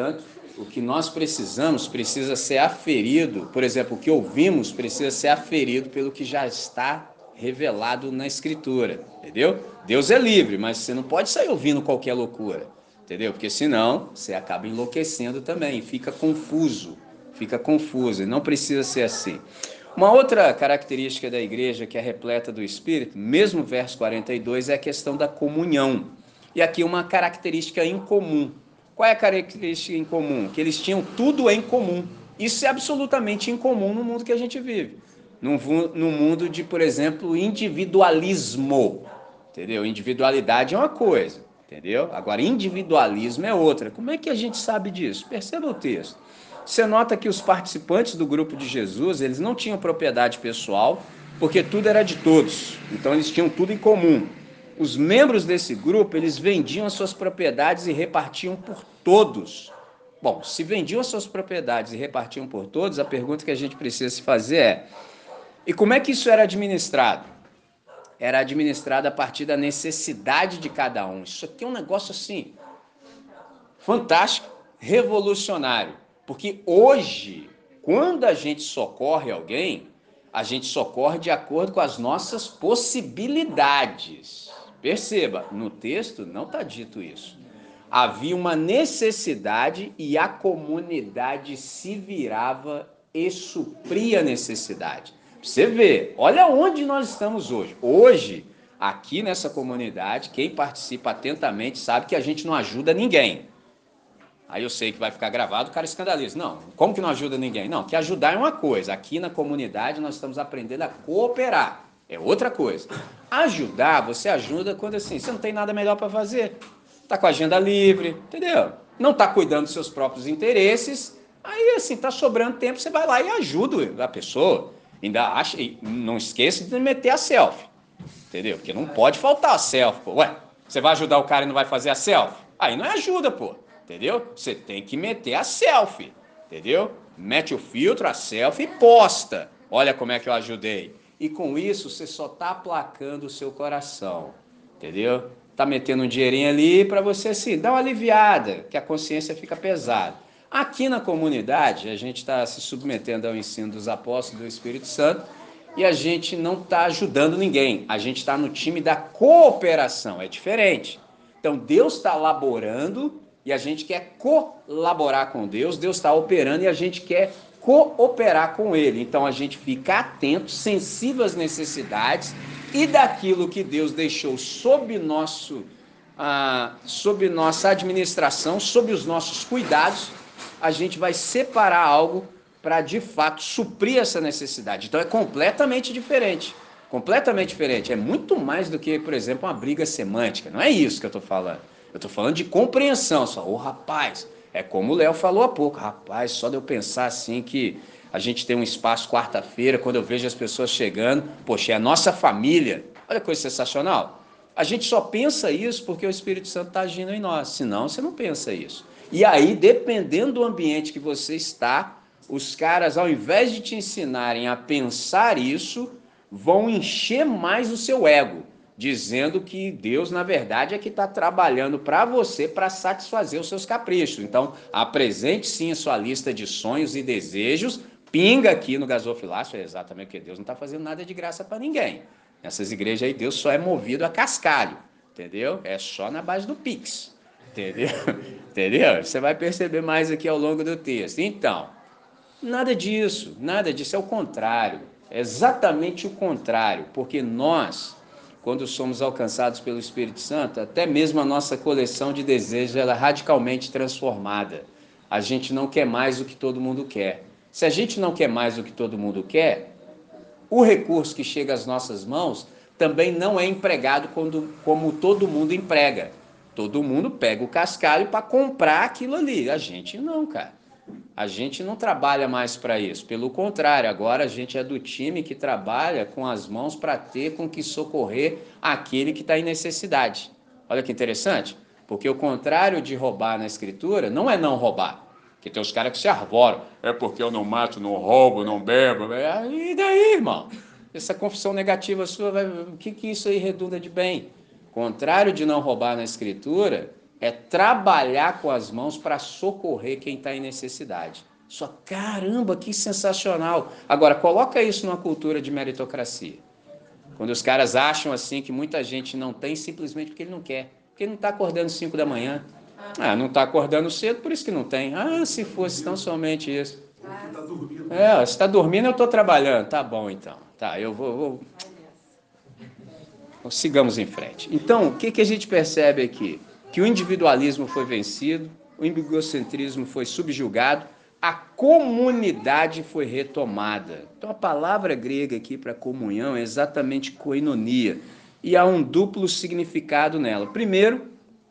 o que nós precisamos precisa ser aferido, por exemplo, o que ouvimos precisa ser aferido pelo que já está revelado na Escritura, entendeu? Deus é livre, mas você não pode sair ouvindo qualquer loucura, entendeu? Porque senão você acaba enlouquecendo também, fica confuso, fica confuso, e não precisa ser assim. Uma outra característica da igreja que é repleta do Espírito, mesmo verso quarenta e dois, é a questão da comunhão. E aqui uma característica em comum. Qual é a característica em comum? Que eles tinham tudo em comum. Isso é absolutamente incomum no mundo que a gente vive. Num, num mundo de, por exemplo, individualismo. Entendeu? Individualidade é uma coisa, entendeu? Agora, individualismo é outra. Como é que a gente sabe disso? Perceba o texto. Você nota que os participantes do grupo de Jesus, eles não tinham propriedade pessoal, porque tudo era de todos. Então, eles tinham tudo em comum. Os membros desse grupo, eles vendiam as suas propriedades e repartiam por todos. Bom, se vendiam as suas propriedades e repartiam por todos, a pergunta que a gente precisa se fazer é: e como é que isso era administrado? Era administrado a partir da necessidade de cada um. Isso aqui é um negócio assim, fantástico, revolucionário. Porque hoje, quando a gente socorre alguém, a gente socorre de acordo com as nossas possibilidades. Perceba, no texto não está dito isso. Havia uma necessidade e a comunidade se virava e supria a necessidade. Você vê, olha onde nós estamos hoje. Hoje, aqui nessa comunidade, quem participa atentamente sabe que a gente não ajuda ninguém. Aí eu sei que vai ficar gravado, o cara escandaliza. Não, como que não ajuda ninguém? Não, que ajudar é uma coisa. Aqui na comunidade nós estamos aprendendo a cooperar. É outra coisa. Ajudar, você ajuda quando assim, você não tem nada melhor para fazer. Está com a agenda livre, entendeu? Não está cuidando dos seus próprios interesses. Aí assim, está sobrando tempo, você vai lá e ajuda a pessoa. Ainda acha, não esqueça de meter a selfie. Entendeu? Porque não pode faltar a selfie, pô. Ué, você vai ajudar o cara e não vai fazer a selfie? Aí não é ajuda, pô. Entendeu? Você tem que meter a selfie, entendeu? Mete o filtro, a selfie e posta. Olha como é que eu ajudei. E com isso você só está aplacando o seu coração, entendeu? Tá metendo um dinheirinho ali para você assim, dar uma aliviada, que a consciência fica pesada. Aqui na comunidade, a gente está se submetendo ao ensino dos apóstolos do Espírito Santo e a gente não está ajudando ninguém. A gente está no time da cooperação, é diferente. Então Deus está laborando e a gente quer colaborar com Deus, Deus está operando e a gente quer cooperar com Ele. Então a gente fica atento, sensível às necessidades e daquilo que Deus deixou sob, nosso, ah, sob nossa administração, sob os nossos cuidados, a gente vai separar algo para de fato suprir essa necessidade. Então é completamente diferente. Completamente diferente. É muito mais do que, por exemplo, uma briga semântica. Não é isso que eu estou falando. Eu estou falando de compreensão. Só, ô rapaz, é como o Léo falou há pouco. Rapaz, só de eu pensar assim que a gente tem um espaço quarta-feira, quando eu vejo as pessoas chegando, poxa, é a nossa família. Olha que coisa sensacional. A gente só pensa isso porque o Espírito Santo está agindo em nós. Senão, você não pensa isso. E aí, dependendo do ambiente que você está, os caras, ao invés de te ensinarem a pensar isso, vão encher mais o seu ego, dizendo que Deus, na verdade, é que está trabalhando para você para satisfazer os seus caprichos. Então, apresente sim a sua lista de sonhos e desejos, pinga aqui no gasofilácio, é exatamente porque Deus não está fazendo nada de graça para ninguém. Nessas igrejas aí, Deus só é movido a cascalho, entendeu? É só na base do Pix, entendeu? Entendeu? Você vai perceber mais aqui ao longo do texto. Então, nada disso, nada disso, é o contrário. É exatamente o contrário, porque nós, quando somos alcançados pelo Espírito Santo, até mesmo a nossa coleção de desejos ela é radicalmente transformada. A gente não quer mais o que todo mundo quer. Se a gente não quer mais o que todo mundo quer, o recurso que chega às nossas mãos também não é empregado quando, como todo mundo emprega. Todo mundo pega o cascalho para comprar aquilo ali. A gente não, cara. A gente não trabalha mais para isso, pelo contrário, agora a gente é do time que trabalha com as mãos para ter com que socorrer aquele que está em necessidade. Olha que interessante, porque o contrário de roubar na Escritura não é não roubar, porque tem os caras que se arvoram, é porque eu não mato, não roubo, não bebo, e daí, irmão? Essa confissão negativa sua, vai, o que, que isso aí redunda de bem? Contrário de não roubar na Escritura é trabalhar com as mãos para socorrer quem está em necessidade. Só caramba, que sensacional. Agora, coloca isso numa cultura de meritocracia. Quando os caras acham assim que muita gente não tem simplesmente porque ele não quer. Porque ele não está acordando cinco da manhã. Ah, não está acordando cedo, por isso que não tem. Ah, se fosse tão somente isso. É, se está dormindo, eu estou trabalhando. Tá bom, então. Tá, eu vou... vou... Sigamos em frente. Então, o que, que a gente percebe aqui? Que o individualismo foi vencido, o egocentrismo foi subjugado, a comunidade foi retomada. Então, a palavra grega aqui para comunhão é exatamente koinonia, e há um duplo significado nela. Primeiro,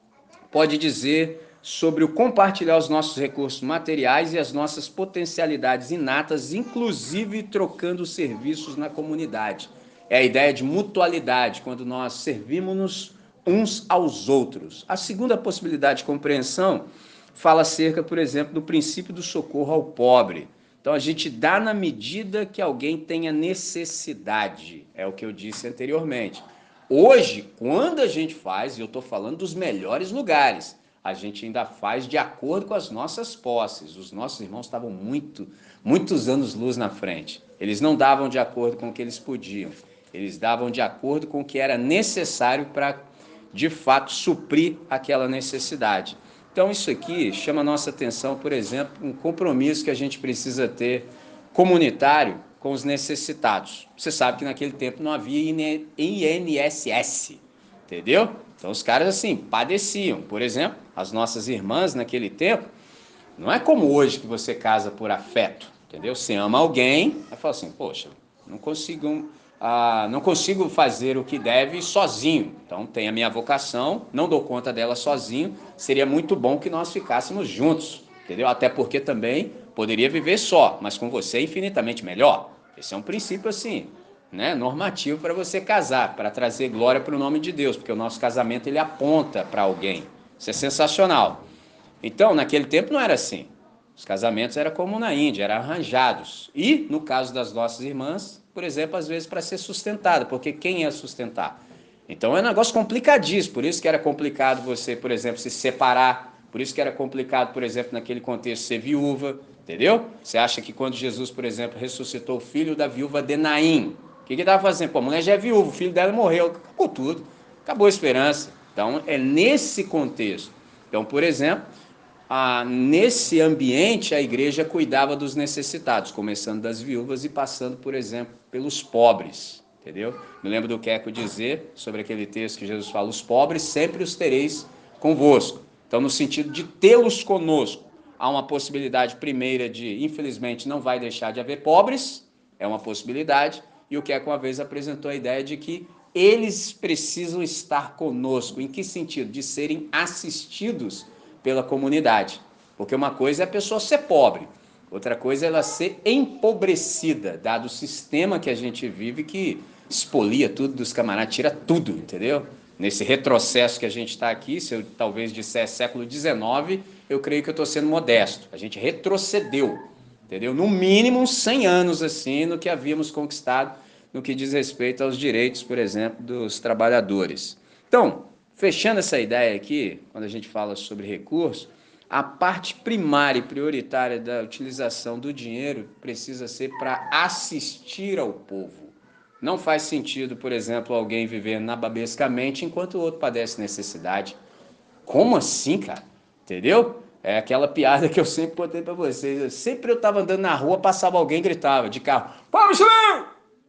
pode dizer sobre o compartilhar os nossos recursos materiais e as nossas potencialidades inatas, inclusive trocando serviços na comunidade. É a ideia de mutualidade, quando nós servimos-nos uns aos outros. A segunda possibilidade de compreensão fala acerca, por exemplo, do princípio do socorro ao pobre. Então, a gente dá na medida que alguém tenha necessidade, é o que eu disse anteriormente. Hoje, quando a gente faz, e eu estou falando dos melhores lugares, a gente ainda faz de acordo com as nossas posses. Os nossos irmãos estavam muito, muitos anos-luz na frente. Eles não davam de acordo com o que eles podiam. Eles davam de acordo com o que era necessário para, de fato, suprir aquela necessidade. Então, isso aqui chama a nossa atenção, por exemplo, um compromisso que a gente precisa ter comunitário com os necessitados. Você sabe que naquele tempo não havia I N S S, entendeu? Então, os caras, assim, padeciam. Por exemplo, as nossas irmãs naquele tempo, não é como hoje que você casa por afeto, entendeu? Você ama alguém, aí fala assim, poxa, não consigo... Ah, não consigo fazer o que deve sozinho, então tem a minha vocação, não dou conta dela sozinho, seria muito bom que nós ficássemos juntos, entendeu? Até porque também poderia viver só, mas com você é infinitamente melhor. Esse é um princípio assim, né, normativo para você casar, para trazer glória para o nome de Deus, porque o nosso casamento ele aponta para alguém. Isso é sensacional. Então, naquele tempo não era assim. Os casamentos eram como na Índia, eram arranjados. E, no caso das nossas irmãs, por exemplo, às vezes para ser sustentada, porque quem ia sustentar? Então é um negócio complicadíssimo, por isso que era complicado você, por exemplo, se separar, por isso que era complicado, por exemplo, naquele contexto, ser viúva, entendeu? Você acha que quando Jesus, por exemplo, ressuscitou o filho da viúva de Naim, o que ele estava fazendo? Pô, a mulher já é viúva, o filho dela morreu, acabou tudo, acabou a esperança. Então é nesse contexto. Então, por exemplo, ah, nesse ambiente a igreja cuidava dos necessitados, começando das viúvas e passando, por exemplo, pelos pobres, entendeu? Me lembro do Queco dizer sobre aquele texto que Jesus fala, os pobres sempre os tereis convosco. Então, no sentido de tê-los conosco, há uma possibilidade primeira de, infelizmente, não vai deixar de haver pobres, é uma possibilidade, e o Queco uma vez apresentou a ideia de que eles precisam estar conosco. Em que sentido? De serem assistidos pela comunidade. Porque uma coisa é a pessoa ser pobre, outra coisa é ela ser empobrecida, dado o sistema que a gente vive que expolia tudo dos camaradas, tira tudo, entendeu? Nesse retrocesso que a gente está aqui, se eu talvez dissesse século dezenove, eu creio que eu estou sendo modesto. A gente retrocedeu, entendeu? No mínimo uns cem anos assim no que havíamos conquistado no que diz respeito aos direitos, por exemplo, dos trabalhadores. Então, fechando essa ideia aqui, quando a gente fala sobre recursos, a parte primária e prioritária da utilização do dinheiro precisa ser para assistir ao povo. Não faz sentido, por exemplo, alguém viver nababescamente enquanto o outro padece necessidade. Como assim, cara? Entendeu? É aquela piada que eu sempre botei para vocês. Eu, sempre eu estava andando na rua, passava alguém e gritava de carro, pô, mochileiro!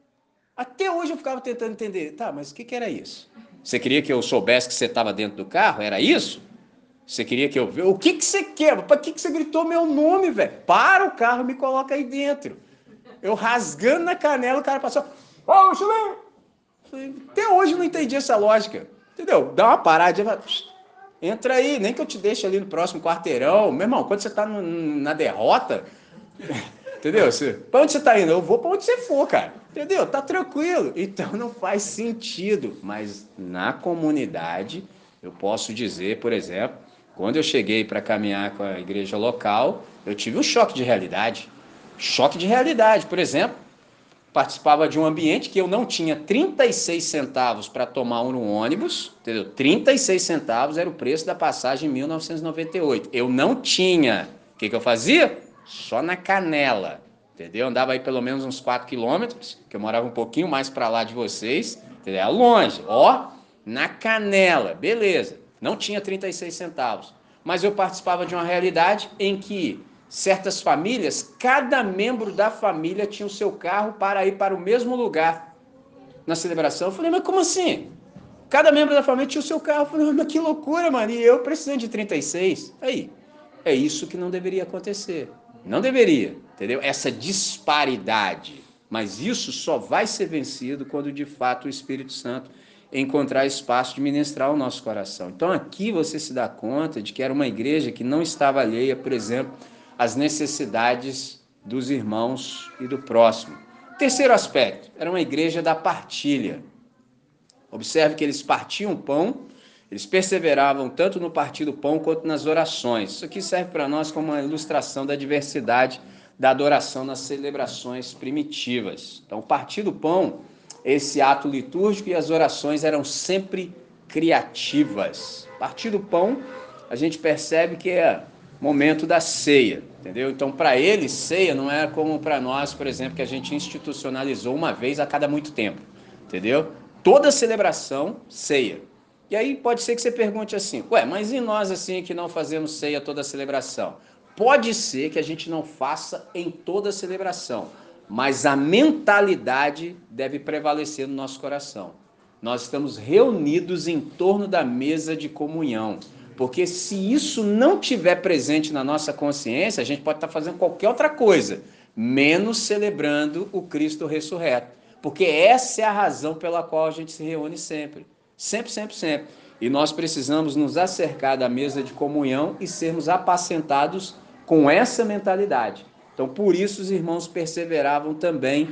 Até hoje eu ficava tentando entender, tá, mas o que, que era isso? Você queria que eu soubesse que você estava dentro do carro? Era isso? Você queria que eu... O que, que você quer? Para que, que você gritou meu nome, velho? Para o carro e me coloca aí dentro. Eu rasgando na canela, o cara passou... Ô, oh, chileno! Até hoje eu não entendi essa lógica. Entendeu? Dá uma parada. Entra aí, nem que eu te deixe ali no próximo quarteirão. Meu irmão, quando você tá no, na derrota... Entendeu? Você, pra onde você tá indo? Eu vou pra onde você for, cara. Entendeu? Tá tranquilo. Então não faz sentido. Mas na comunidade, eu posso dizer, por exemplo, quando eu cheguei para caminhar com a igreja local, eu tive um choque de realidade. Choque de realidade, por exemplo. participava de um ambiente que eu não tinha trinta e seis centavos para tomar um ônibus, entendeu? trinta e seis centavos era o preço da passagem em mil novecentos e noventa e oito. Eu não tinha. O que, que eu fazia? Só na canela, entendeu? Andava aí pelo menos uns quatro quilômetros, que eu morava um pouquinho mais para lá de vocês, entendeu? Era longe, ó, na canela, beleza. Não tinha trinta e seis centavos, mas eu participava de uma realidade em que certas famílias, cada membro da família tinha o seu carro para ir para o mesmo lugar na celebração. Eu falei, mas como assim? Cada membro da família tinha o seu carro. Eu falei, mas que loucura, mano. E eu precisando de trinta e seis. Aí, é isso que não deveria acontecer. Não deveria, entendeu? Essa disparidade. Mas isso só vai ser vencido quando de fato o Espírito Santo encontrar espaço de ministrar o nosso coração. Então aqui você se dá conta de que era uma igreja que não estava alheia, por exemplo, às necessidades dos irmãos e do próximo. Terceiro aspecto, era uma igreja da partilha. Observe que eles partiam pão, eles perseveravam tanto no partir do pão quanto nas orações. Isso aqui serve para nós como uma ilustração da diversidade da adoração nas celebrações primitivas. Então, o partir do pão, esse ato litúrgico, e as orações eram sempre criativas. Partir do pão, a gente percebe que é momento da ceia, entendeu? Então, para eles, ceia não é como para nós, por exemplo, que a gente institucionalizou uma vez a cada muito tempo, entendeu? Toda celebração, ceia. E aí pode ser que você pergunte assim, ué, mas e nós assim que não fazemos ceia toda celebração? Pode ser que a gente não faça em toda celebração, mas a mentalidade deve prevalecer no nosso coração. Nós estamos reunidos em torno da mesa de comunhão, porque se isso não tiver presente na nossa consciência, a gente pode estar fazendo qualquer outra coisa, menos celebrando o Cristo ressurreto. Porque essa é a razão pela qual a gente se reúne sempre. Sempre, sempre, sempre. E nós precisamos nos acercar da mesa de comunhão e sermos apacentados com essa mentalidade. Então, por isso os irmãos perseveravam também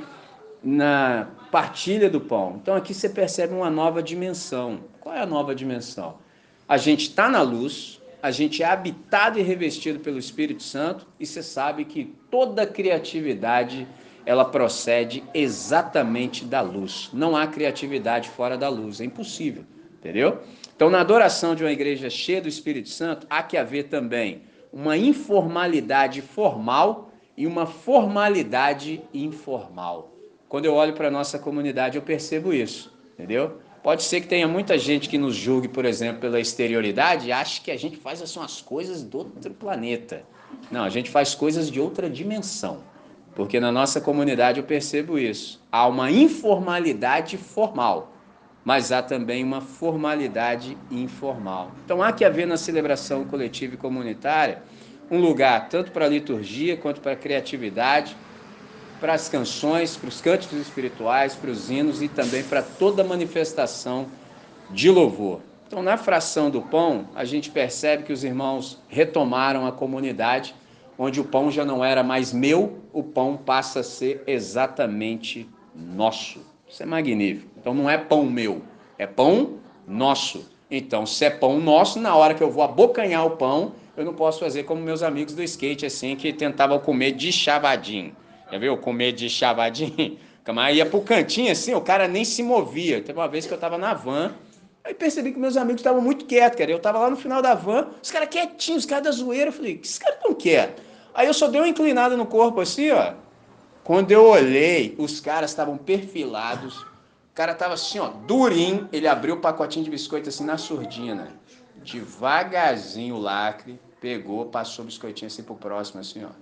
na partilha do pão. Então, aqui você percebe uma nova dimensão. Qual é a nova dimensão? A gente está na luz, a gente é habitado e revestido pelo Espírito Santo, e você sabe que toda criatividade ela procede exatamente da luz. Não há criatividade fora da luz, é impossível, entendeu? Então, na adoração de uma igreja cheia do Espírito Santo, há que haver também uma informalidade formal e uma formalidade informal. Quando eu olho para a nossa comunidade, eu percebo isso, entendeu? Pode ser que tenha muita gente que nos julgue, por exemplo, pela exterioridade e ache que a gente faz assim, umas coisas do outro planeta. Não, a gente faz coisas de outra dimensão. Porque na nossa comunidade eu percebo isso. Há uma informalidade formal, mas há também uma formalidade informal. Então há que haver na celebração coletiva e comunitária um lugar tanto para a liturgia quanto para a criatividade, para as canções, para os cânticos espirituais, para os hinos e também para toda manifestação de louvor. Então, na fração do pão, a gente percebe que os irmãos retomaram a comunidade, onde o pão já não era mais meu, o pão passa a ser exatamente nosso. Isso é magnífico. Então, não é pão meu, é pão nosso. Então, se é pão nosso, na hora que eu vou abocanhar o pão, eu não posso fazer como meus amigos do skate, assim, que tentavam comer de chavadinho. Já viu? Comer de chavadinho? Aí ia pro cantinho assim, o cara nem se movia. Teve uma vez que eu tava na van, aí percebi que meus amigos estavam muito quietos, cara. Eu tava lá no final da van, os caras quietinhos, os caras da zoeira. Eu falei, que esses caras tão quietos? Aí eu só dei uma inclinada no corpo assim, ó. Quando eu olhei, os caras estavam perfilados. O cara tava assim, ó, durinho. Ele abriu o pacotinho de biscoito assim na surdina. Devagarzinho o lacre, pegou, passou o biscoitinho assim pro próximo, assim, ó.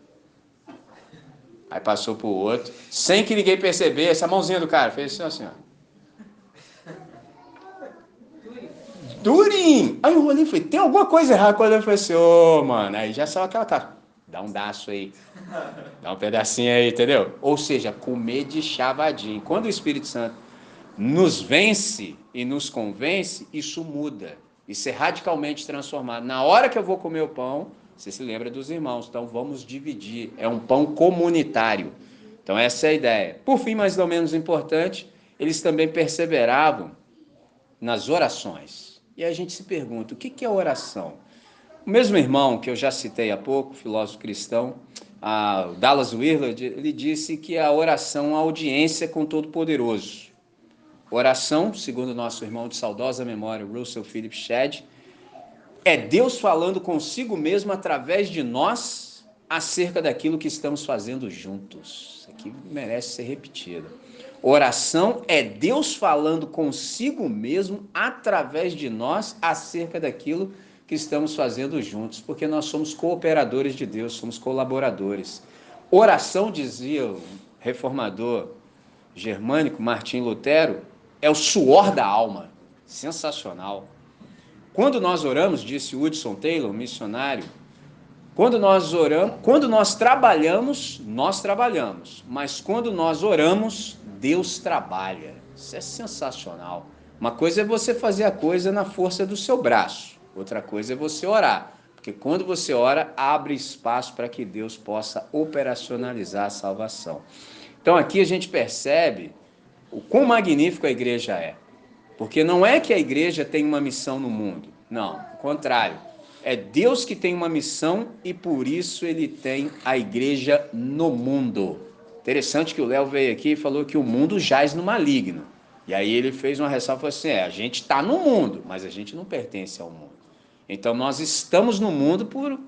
Aí passou pro outro, sem que ninguém percebesse, a mãozinha do cara fez assim, assim, ó. Durinho! Aí eu olhei e falei, tem alguma coisa errada? Quando eu falei assim, ô, oh, mano, aí já saiu aquela cara, dá um daço aí, dá um pedacinho aí, entendeu? Ou seja, comer de chavadinho. Quando o Espírito Santo nos vence e nos convence, isso muda, isso é radicalmente transformado. Na hora que eu vou comer o pão, você se lembra dos irmãos, então vamos dividir, é um pão comunitário. Então essa é a ideia. Por fim, mas não menos importante, eles também perseveravam nas orações. E a gente se pergunta, o que é oração? O mesmo irmão que eu já citei há pouco, filósofo cristão, a Dallas Willard, ele disse que a oração é a audiência com o Todo-Poderoso. Oração, segundo nosso irmão de saudosa memória, Russell Phillips Shedd, é Deus falando consigo mesmo através de nós acerca daquilo que estamos fazendo juntos. Isso aqui merece ser repetido. Oração é Deus falando consigo mesmo através de nós acerca daquilo que estamos fazendo juntos, porque nós somos cooperadores de Deus, somos colaboradores. Oração, dizia o reformador germânico Martim Lutero, é o suor da alma. Sensacional. Quando nós oramos, disse Hudson Taylor, missionário, quando nós oramos, quando nós trabalhamos, nós trabalhamos, mas quando nós oramos, Deus trabalha. Isso é sensacional. Uma coisa é você fazer a coisa na força do seu braço, outra coisa é você orar, porque quando você ora, abre espaço para que Deus possa operacionalizar a salvação. Então aqui a gente percebe o quão magnífico a igreja é. Porque não é que a igreja tem uma missão no mundo. Não, ao contrário. É Deus que tem uma missão e por isso ele tem a igreja no mundo. Interessante que o Léo veio aqui e falou que o mundo jaz no maligno. E aí ele fez uma ressalva e falou assim, é, a gente está no mundo, mas a gente não pertence ao mundo. Então nós estamos no mundo por,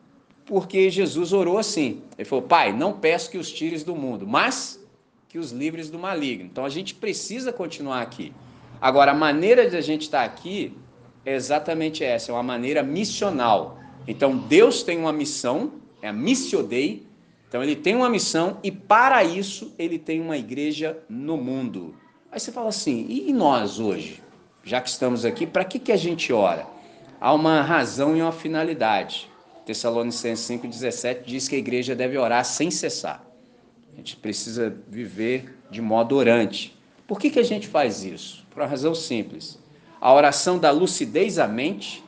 porque Jesus orou assim. Ele falou, Pai, não peço que os tires do mundo, mas que os livres do maligno. Então a gente precisa continuar aqui. Agora, a maneira de a gente estar aqui é exatamente essa, é uma maneira missional. Então, Deus tem uma missão, é a Missio Dei, então ele tem uma missão e para isso ele tem uma igreja no mundo. Aí você fala assim, e nós hoje? Já que estamos aqui, para que, que a gente ora? Há uma razão e uma finalidade. Tessalonicenses cinco, dezessete diz que a igreja deve orar sem cessar. A gente precisa viver de modo orante. Por que, que a gente faz isso? Por uma razão simples. A oração dá lucidez à mente,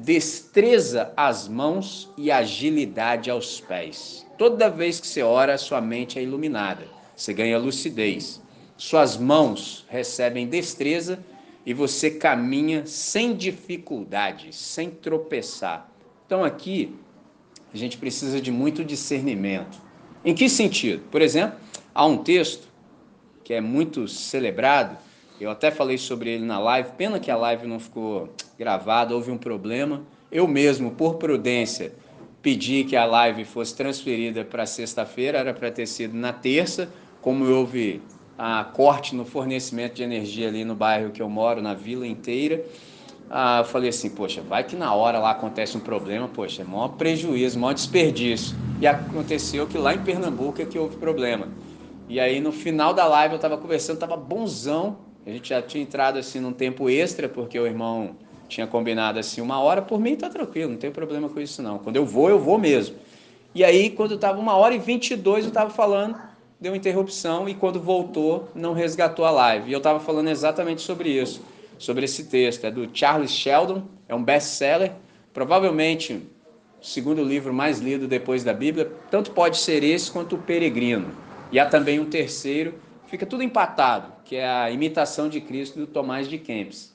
destreza às mãos e agilidade aos pés. Toda vez que você ora, sua mente é iluminada. Você ganha lucidez. Suas mãos recebem destreza e você caminha sem dificuldade, sem tropeçar. Então aqui, a gente precisa de muito discernimento. Em que sentido? Por exemplo, há um texto que é muito celebrado, eu até falei sobre ele na live, pena que a live não ficou gravada, houve um problema. Eu mesmo, por prudência, pedi que a live fosse transferida para sexta-feira, era para ter sido na terça, como houve a corte no fornecimento de energia ali no bairro que eu moro, na vila inteira. Ah, eu falei assim, poxa, vai que na hora lá acontece um problema, poxa, é maior prejuízo, maior desperdício. E aconteceu que lá em Pernambuco é que houve problema. E aí no final da live eu estava conversando, estava bonzão, a gente já tinha entrado assim num tempo extra, porque o irmão tinha combinado assim uma hora, por mim tá tranquilo, não tem problema com isso não. Quando eu vou, eu vou mesmo. E aí quando estava uma hora e vinte e dois eu estava falando, deu uma interrupção e quando voltou não resgatou a live. E eu estava falando exatamente sobre isso, sobre esse texto, é do Charles Sheldon, é um best-seller, provavelmente o segundo livro mais lido depois da Bíblia, tanto pode ser esse quanto o Peregrino. E há também um terceiro, fica tudo empatado, que é a Imitação de Cristo, do Tomás de Kempis.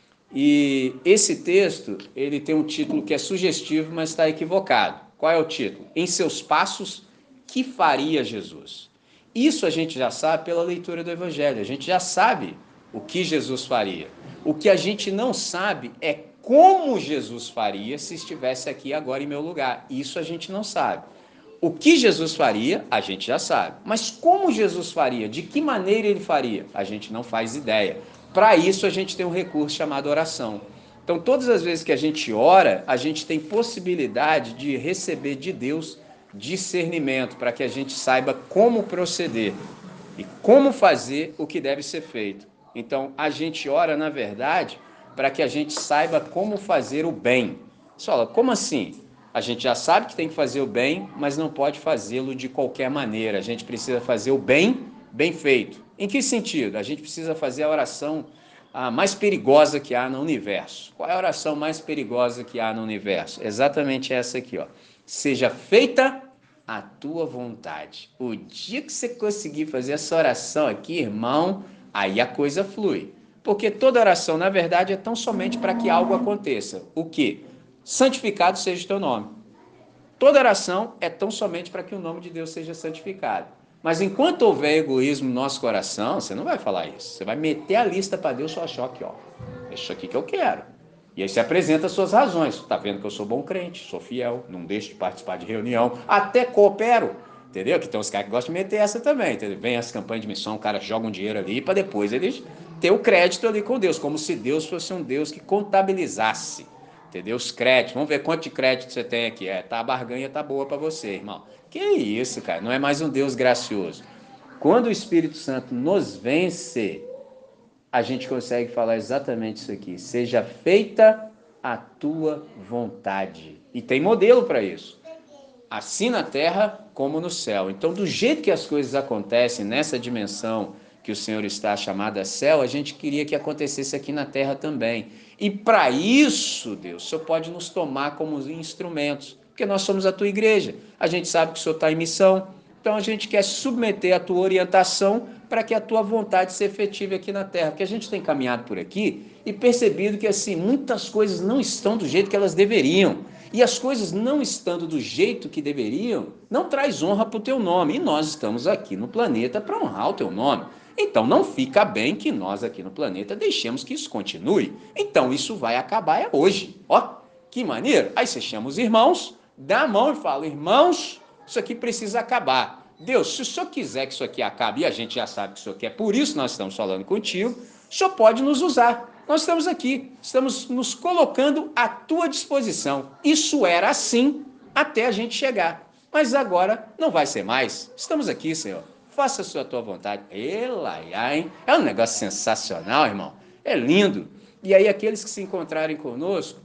E esse texto, ele tem um título que é sugestivo, mas está equivocado. Qual é o título? Em seus passos, que faria Jesus? Isso a gente já sabe pela leitura do Evangelho, a gente já sabe o que Jesus faria. O que a gente não sabe é como Jesus faria se estivesse aqui agora em meu lugar. Isso a gente não sabe. O que Jesus faria, a gente já sabe. Mas como Jesus faria? De que maneira ele faria? A gente não faz ideia. Para isso, a gente tem um recurso chamado oração. Então, todas as vezes que a gente ora, a gente tem possibilidade de receber de Deus discernimento, para que a gente saiba como proceder e como fazer o que deve ser feito. Então, a gente ora, na verdade, para que a gente saiba como fazer o bem. Você fala, como assim? A gente já sabe que tem que fazer o bem, mas não pode fazê-lo de qualquer maneira. A gente precisa fazer o bem, bem feito. Em que sentido? A gente precisa fazer a oração a mais perigosa que há no universo. Qual é a oração mais perigosa que há no universo? Exatamente essa aqui, ó. Seja feita a tua vontade. O dia que você conseguir fazer essa oração aqui, irmão, aí a coisa flui. Porque toda oração, na verdade, é tão somente para que algo aconteça. O quê? Santificado seja o teu nome. Toda oração é tão somente para que o nome de Deus seja santificado. Mas enquanto houver egoísmo no nosso coração, você não vai falar isso. Você vai meter a lista para Deus, só achar aqui, ó. É isso aqui que eu quero. E aí você apresenta as suas razões. Está vendo que eu sou bom crente, sou fiel, não deixo de participar de reunião, até coopero. Entendeu? Que tem uns caras que gostam de meter essa também. Entendeu? Vem as campanhas de missão, o cara joga um dinheiro ali para depois eles ter o crédito ali com Deus, como se Deus fosse um Deus que contabilizasse. Entendeu? Os créditos. Vamos ver quanto de crédito você tem aqui. É, tá, a barganha tá boa para você, irmão. Que isso, cara? Não é mais um Deus gracioso. Quando o Espírito Santo nos vence, a gente consegue falar exatamente isso aqui. Seja feita a tua vontade. E tem modelo para isso. Assim na terra como no céu. Então, do jeito que as coisas acontecem nessa dimensão que o Senhor está chamada céu, a gente queria que acontecesse aqui na terra também. E para isso, Deus, o Senhor pode nos tomar como instrumentos, porque nós somos a tua igreja. A gente sabe que o Senhor está em missão, então a gente quer submeter a tua orientação para que a tua vontade se efetive aqui na terra. Porque a gente tem caminhado por aqui e percebido que assim muitas coisas não estão do jeito que elas deveriam. E as coisas não estando do jeito que deveriam, não traz honra para o teu nome. E nós estamos aqui no planeta para honrar o teu nome. Então não fica bem que nós aqui no planeta deixemos que isso continue. Então isso vai acabar é hoje. Ó, que maneiro. Aí você chama os irmãos, dá a mão e fala, irmãos, isso aqui precisa acabar. Deus, se o Senhor quiser que isso aqui acabe, e a gente já sabe que o Senhor quer, por isso nós estamos falando contigo, o Senhor pode nos usar. Nós estamos aqui, estamos nos colocando à tua disposição. Isso era assim até a gente chegar. Mas agora não vai ser mais. Estamos aqui, Senhor. Faça a sua tua vontade. Elaiá, hein? É um negócio sensacional, irmão. É lindo. E aí aqueles que se encontrarem conosco,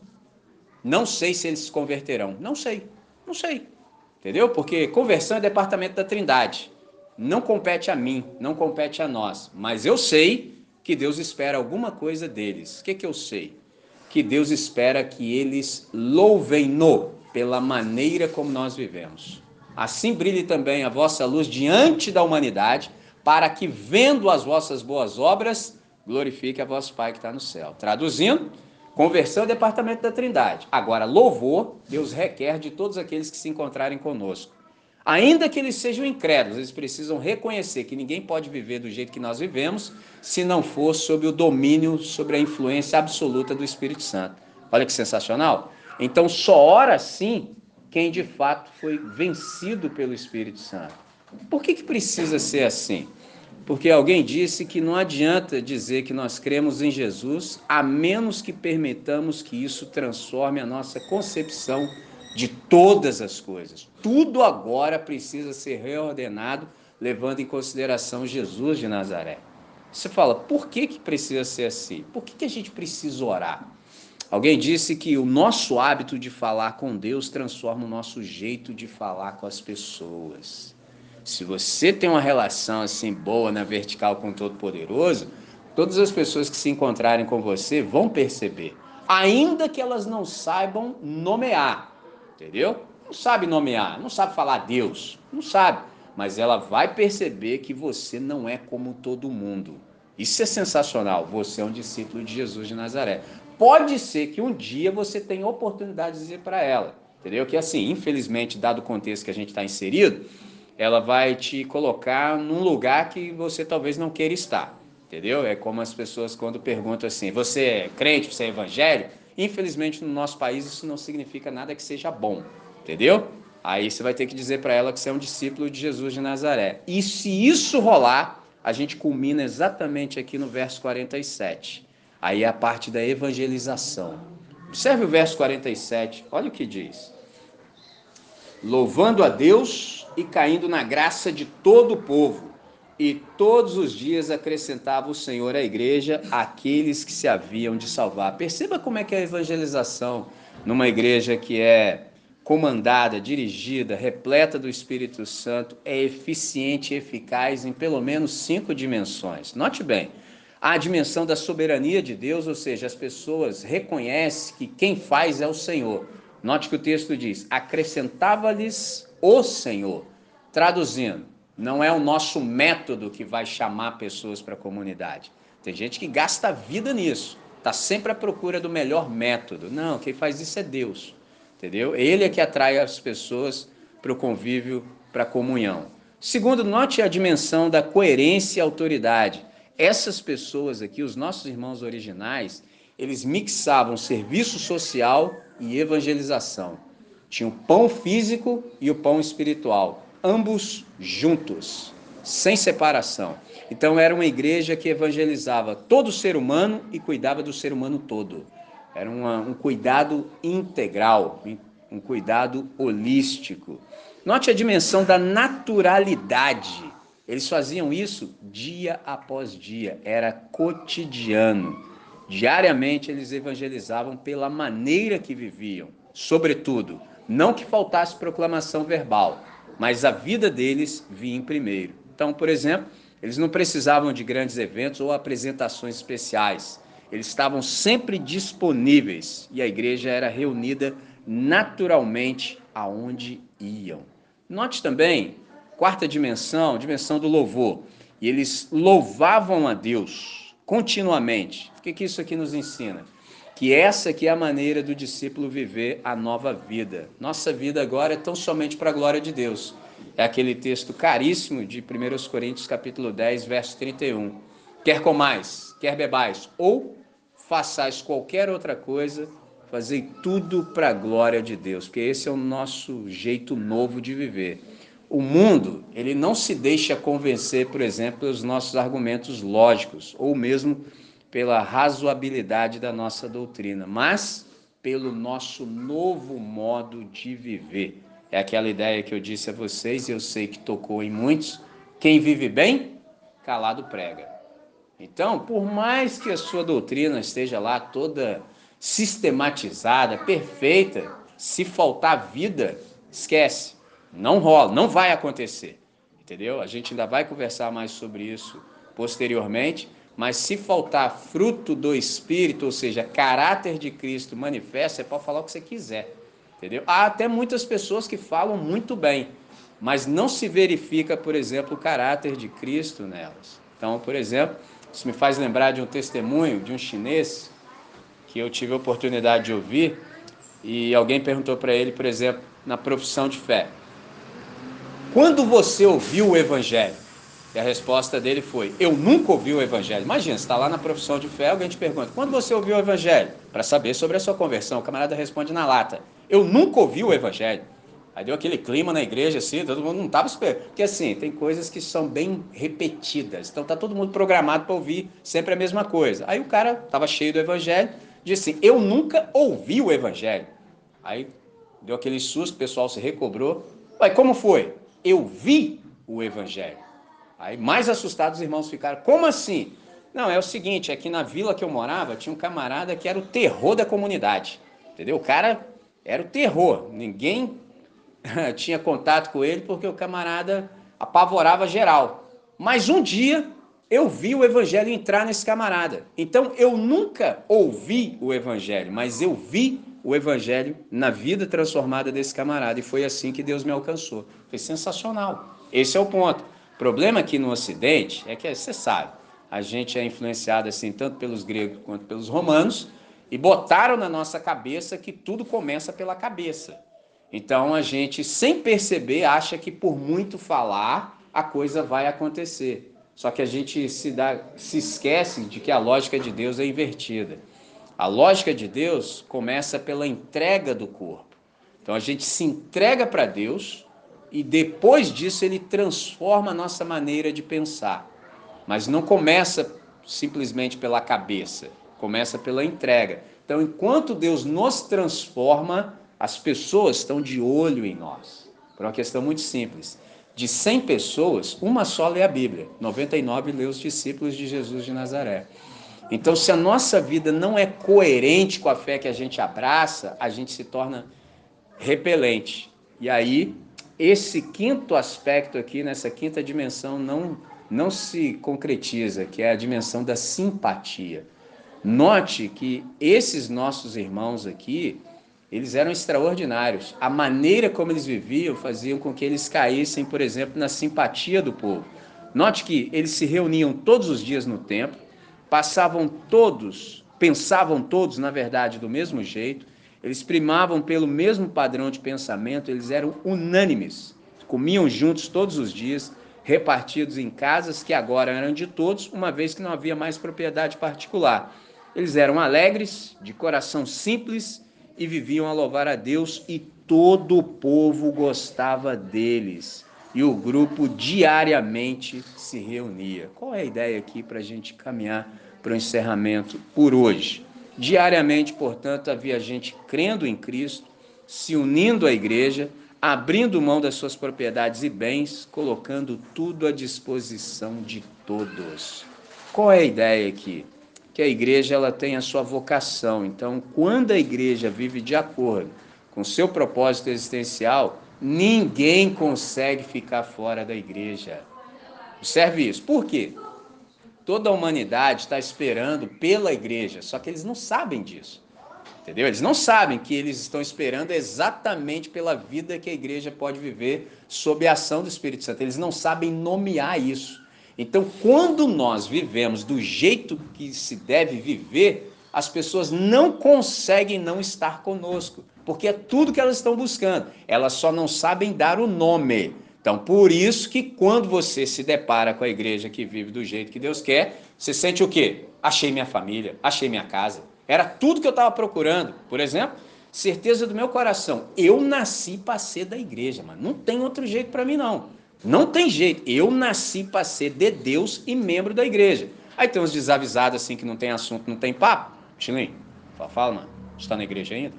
não sei se eles se converterão. Não sei. Não sei. Entendeu? Porque conversão é departamento da Trindade. Não compete a mim, não compete a nós. Mas eu sei que Deus espera alguma coisa deles. O que, que eu sei? Que Deus espera que eles louvem-no pela maneira como nós vivemos. Assim brilhe também a vossa luz diante da humanidade, para que, vendo as vossas boas obras, glorifique a vosso Pai que está no céu. Traduzindo, conversão é departamento da Trindade. Agora, louvor, Deus requer de todos aqueles que se encontrarem conosco. Ainda que eles sejam incrédulos, eles precisam reconhecer que ninguém pode viver do jeito que nós vivemos se não for sob o domínio, sobre a influência absoluta do Espírito Santo. Olha que sensacional. Então só ora assim quem de fato foi vencido pelo Espírito Santo. Por que que precisa ser assim? Porque alguém disse que não adianta dizer que nós cremos em Jesus, a menos que permitamos que isso transforme a nossa concepção de todas as coisas. Tudo agora precisa ser reordenado, levando em consideração Jesus de Nazaré. Você fala, por que que precisa ser assim? Por que que a gente precisa orar? Alguém disse que o nosso hábito de falar com Deus transforma o nosso jeito de falar com as pessoas. Se você tem uma relação assim boa na vertical com o Todo-Poderoso, todas as pessoas que se encontrarem com você vão perceber, ainda que elas não saibam nomear. Entendeu? Não sabe nomear, não sabe falar Deus, não sabe. Mas ela vai perceber que você não é como todo mundo. Isso é sensacional. Você é um discípulo de Jesus de Nazaré. Pode ser que um dia você tenha oportunidade de dizer para ela, entendeu? Que assim, infelizmente, dado o contexto que a gente está inserido, ela vai te colocar num lugar que você talvez não queira estar. Entendeu? É como as pessoas quando perguntam assim, você é crente, você é evangélico? Infelizmente, no nosso país, isso não significa nada que seja bom, entendeu? Aí você vai ter que dizer para ela que você é um discípulo de Jesus de Nazaré. E se isso rolar, a gente culmina exatamente aqui no verso quarenta e sete. Aí é a parte da evangelização. Observe o verso quarenta e sete, olha o que diz. Louvando a Deus e caindo na graça de todo o povo. E todos os dias acrescentava o Senhor à igreja aqueles que se haviam de salvar. Perceba como é que é a evangelização numa igreja que é comandada, dirigida, repleta do Espírito Santo, é eficiente e eficaz em pelo menos cinco dimensões. Note bem, a dimensão da soberania de Deus, ou seja, as pessoas reconhecem que quem faz é o Senhor. Note que o texto diz, acrescentava-lhes o Senhor. Traduzindo, não é o nosso método que vai chamar pessoas para a comunidade. Tem gente que gasta a vida nisso, está sempre à procura do melhor método. Não, quem faz isso é Deus. entendeu? Ele é que atrai as pessoas para o convívio, para a comunhão. Segundo, note a dimensão da coerência e autoridade. Essas pessoas aqui, os nossos irmãos originais, eles mixavam serviço social e evangelização. Tinha o pão físico e o pão espiritual, ambos juntos, sem separação. Então era uma igreja que evangelizava todo ser humano e cuidava do ser humano todo. Era uma, um cuidado integral, um cuidado holístico. Note a dimensão da naturalidade. Eles faziam isso dia após dia, era cotidiano. Diariamente eles evangelizavam pela maneira que viviam, sobretudo, não que faltasse proclamação verbal, mas a vida deles vinha em primeiro. Então, por exemplo, eles não precisavam de grandes eventos ou apresentações especiais. Eles estavam sempre disponíveis e a igreja era reunida naturalmente aonde iam. Note também, quarta dimensão, dimensão do louvor. E eles louvavam a Deus continuamente. O que, que isso aqui nos ensina? Que essa aqui é a maneira do discípulo viver a nova vida. Nossa vida agora é tão somente para a glória de Deus. É aquele texto caríssimo de primeira Coríntios capítulo dez, verso trinta e um. Quer comais, quer bebais, ou façais qualquer outra coisa, fazei tudo para a glória de Deus, porque esse é o nosso jeito novo de viver. O mundo, ele não se deixa convencer, por exemplo, pelos nossos argumentos lógicos, ou mesmo pela razoabilidade da nossa doutrina, mas pelo nosso novo modo de viver. É aquela ideia que eu disse a vocês, e eu sei que tocou em muitos. Quem vive bem, calado prega. Então, por mais que a sua doutrina esteja lá toda sistematizada, perfeita, se faltar vida, esquece. Não rola, não vai acontecer. Entendeu? A gente ainda vai conversar mais sobre isso posteriormente, mas se faltar fruto do Espírito, ou seja, caráter de Cristo manifesto, você pode falar o que você quiser. Entendeu? Há até muitas pessoas que falam muito bem, mas não se verifica, por exemplo, o caráter de Cristo nelas. Então, por exemplo, isso me faz lembrar de um testemunho de um chinês que eu tive a oportunidade de ouvir, e alguém perguntou para ele, por exemplo, na profissão de fé: quando você ouviu o evangelho? E a resposta dele foi: eu nunca ouvi o evangelho. Imagina, você está lá na profissão de fé, alguém te pergunta: quando você ouviu o evangelho? Para saber sobre a sua conversão, o camarada responde na lata: eu nunca ouvi o evangelho. Aí deu aquele clima na igreja, assim, todo mundo não estava esperando. Porque assim, tem coisas que são bem repetidas. Então tá todo mundo programado para ouvir sempre a mesma coisa. Aí o cara estava cheio do evangelho, disse assim: eu nunca ouvi o evangelho. Aí deu aquele susto, o pessoal se recobrou. Mas como foi? Eu vi o evangelho. Aí mais assustados os irmãos ficaram: como assim? Não, é o seguinte, aqui na vila que eu morava, tinha um camarada que era o terror da comunidade. Entendeu? O cara era o terror. Ninguém tinha contato com ele porque o camarada apavorava geral. Mas um dia eu vi o evangelho entrar nesse camarada. Então eu nunca ouvi o evangelho, mas eu vi o evangelho na vida transformada desse camarada, e foi assim que Deus me alcançou. Foi sensacional. Esse é o ponto. O problema aqui no Ocidente é que, você sabe, a gente é influenciado assim tanto pelos gregos quanto pelos romanos, e botaram na nossa cabeça que tudo começa pela cabeça. Então a gente, sem perceber, acha que por muito falar a coisa vai acontecer. Só que a gente se, dá, se esquece de que a lógica de Deus é invertida. A lógica de Deus começa pela entrega do corpo. Então a gente se entrega para Deus e depois disso ele transforma a nossa maneira de pensar. Mas não começa simplesmente pela cabeça, começa pela entrega. Então enquanto Deus nos transforma, as pessoas estão de olho em nós. Por uma questão muito simples. De cem pessoas, uma só lê a Bíblia. noventa e nove lê os discípulos de Jesus de Nazaré. Então, se a nossa vida não é coerente com a fé que a gente abraça, a gente se torna repelente. E aí, esse quinto aspecto aqui, nessa quinta dimensão, não, não se concretiza, que é a dimensão da simpatia. Note que esses nossos irmãos aqui, eles eram extraordinários. A maneira como eles viviam faziam com que eles caíssem, por exemplo, na simpatia do povo. Note que eles se reuniam todos os dias no templo, passavam todos, pensavam todos, na verdade, do mesmo jeito. eles primavam pelo mesmo padrão de pensamento, eles eram unânimes, comiam juntos todos os dias, repartidos em casas que agora eram de todos, uma vez que não havia mais propriedade particular. Eles eram alegres, de coração simples e viviam a louvar a Deus, e todo o povo gostava deles. E o grupo diariamente se reunia. Qual é a ideia aqui para a gente caminhar para o encerramento por hoje? Diariamente, portanto, havia gente crendo em Cristo, se unindo à igreja, abrindo mão das suas propriedades e bens, colocando tudo à disposição de todos. Qual é a ideia aqui? Que a igreja ela tem a sua vocação. Então, quando a igreja vive de acordo com o seu propósito existencial, ninguém consegue ficar fora da igreja. Observe isso. Por quê? Toda a humanidade está esperando pela igreja, só que eles não sabem disso. Entendeu? Eles não sabem que eles estão esperando exatamente pela vida que a igreja pode viver sob a ação do Espírito Santo. Eles não sabem nomear isso. Então, quando nós vivemos do jeito que se deve viver, as pessoas não conseguem não estar conosco, porque é tudo que elas estão buscando. Elas só não sabem dar o nome. Então, por isso que quando você se depara com a igreja que vive do jeito que Deus quer, você sente o quê? Achei minha família, achei minha casa. Era tudo que eu estava procurando. Por exemplo, certeza do meu coração. Eu nasci para ser da igreja, mano. Não tem outro jeito para mim, não. Não tem jeito. Eu nasci para ser de Deus e membro da igreja. Aí tem uns desavisados assim que não tem assunto, não tem papo. Chilinho, fala, fala, mano. Está na igreja ainda?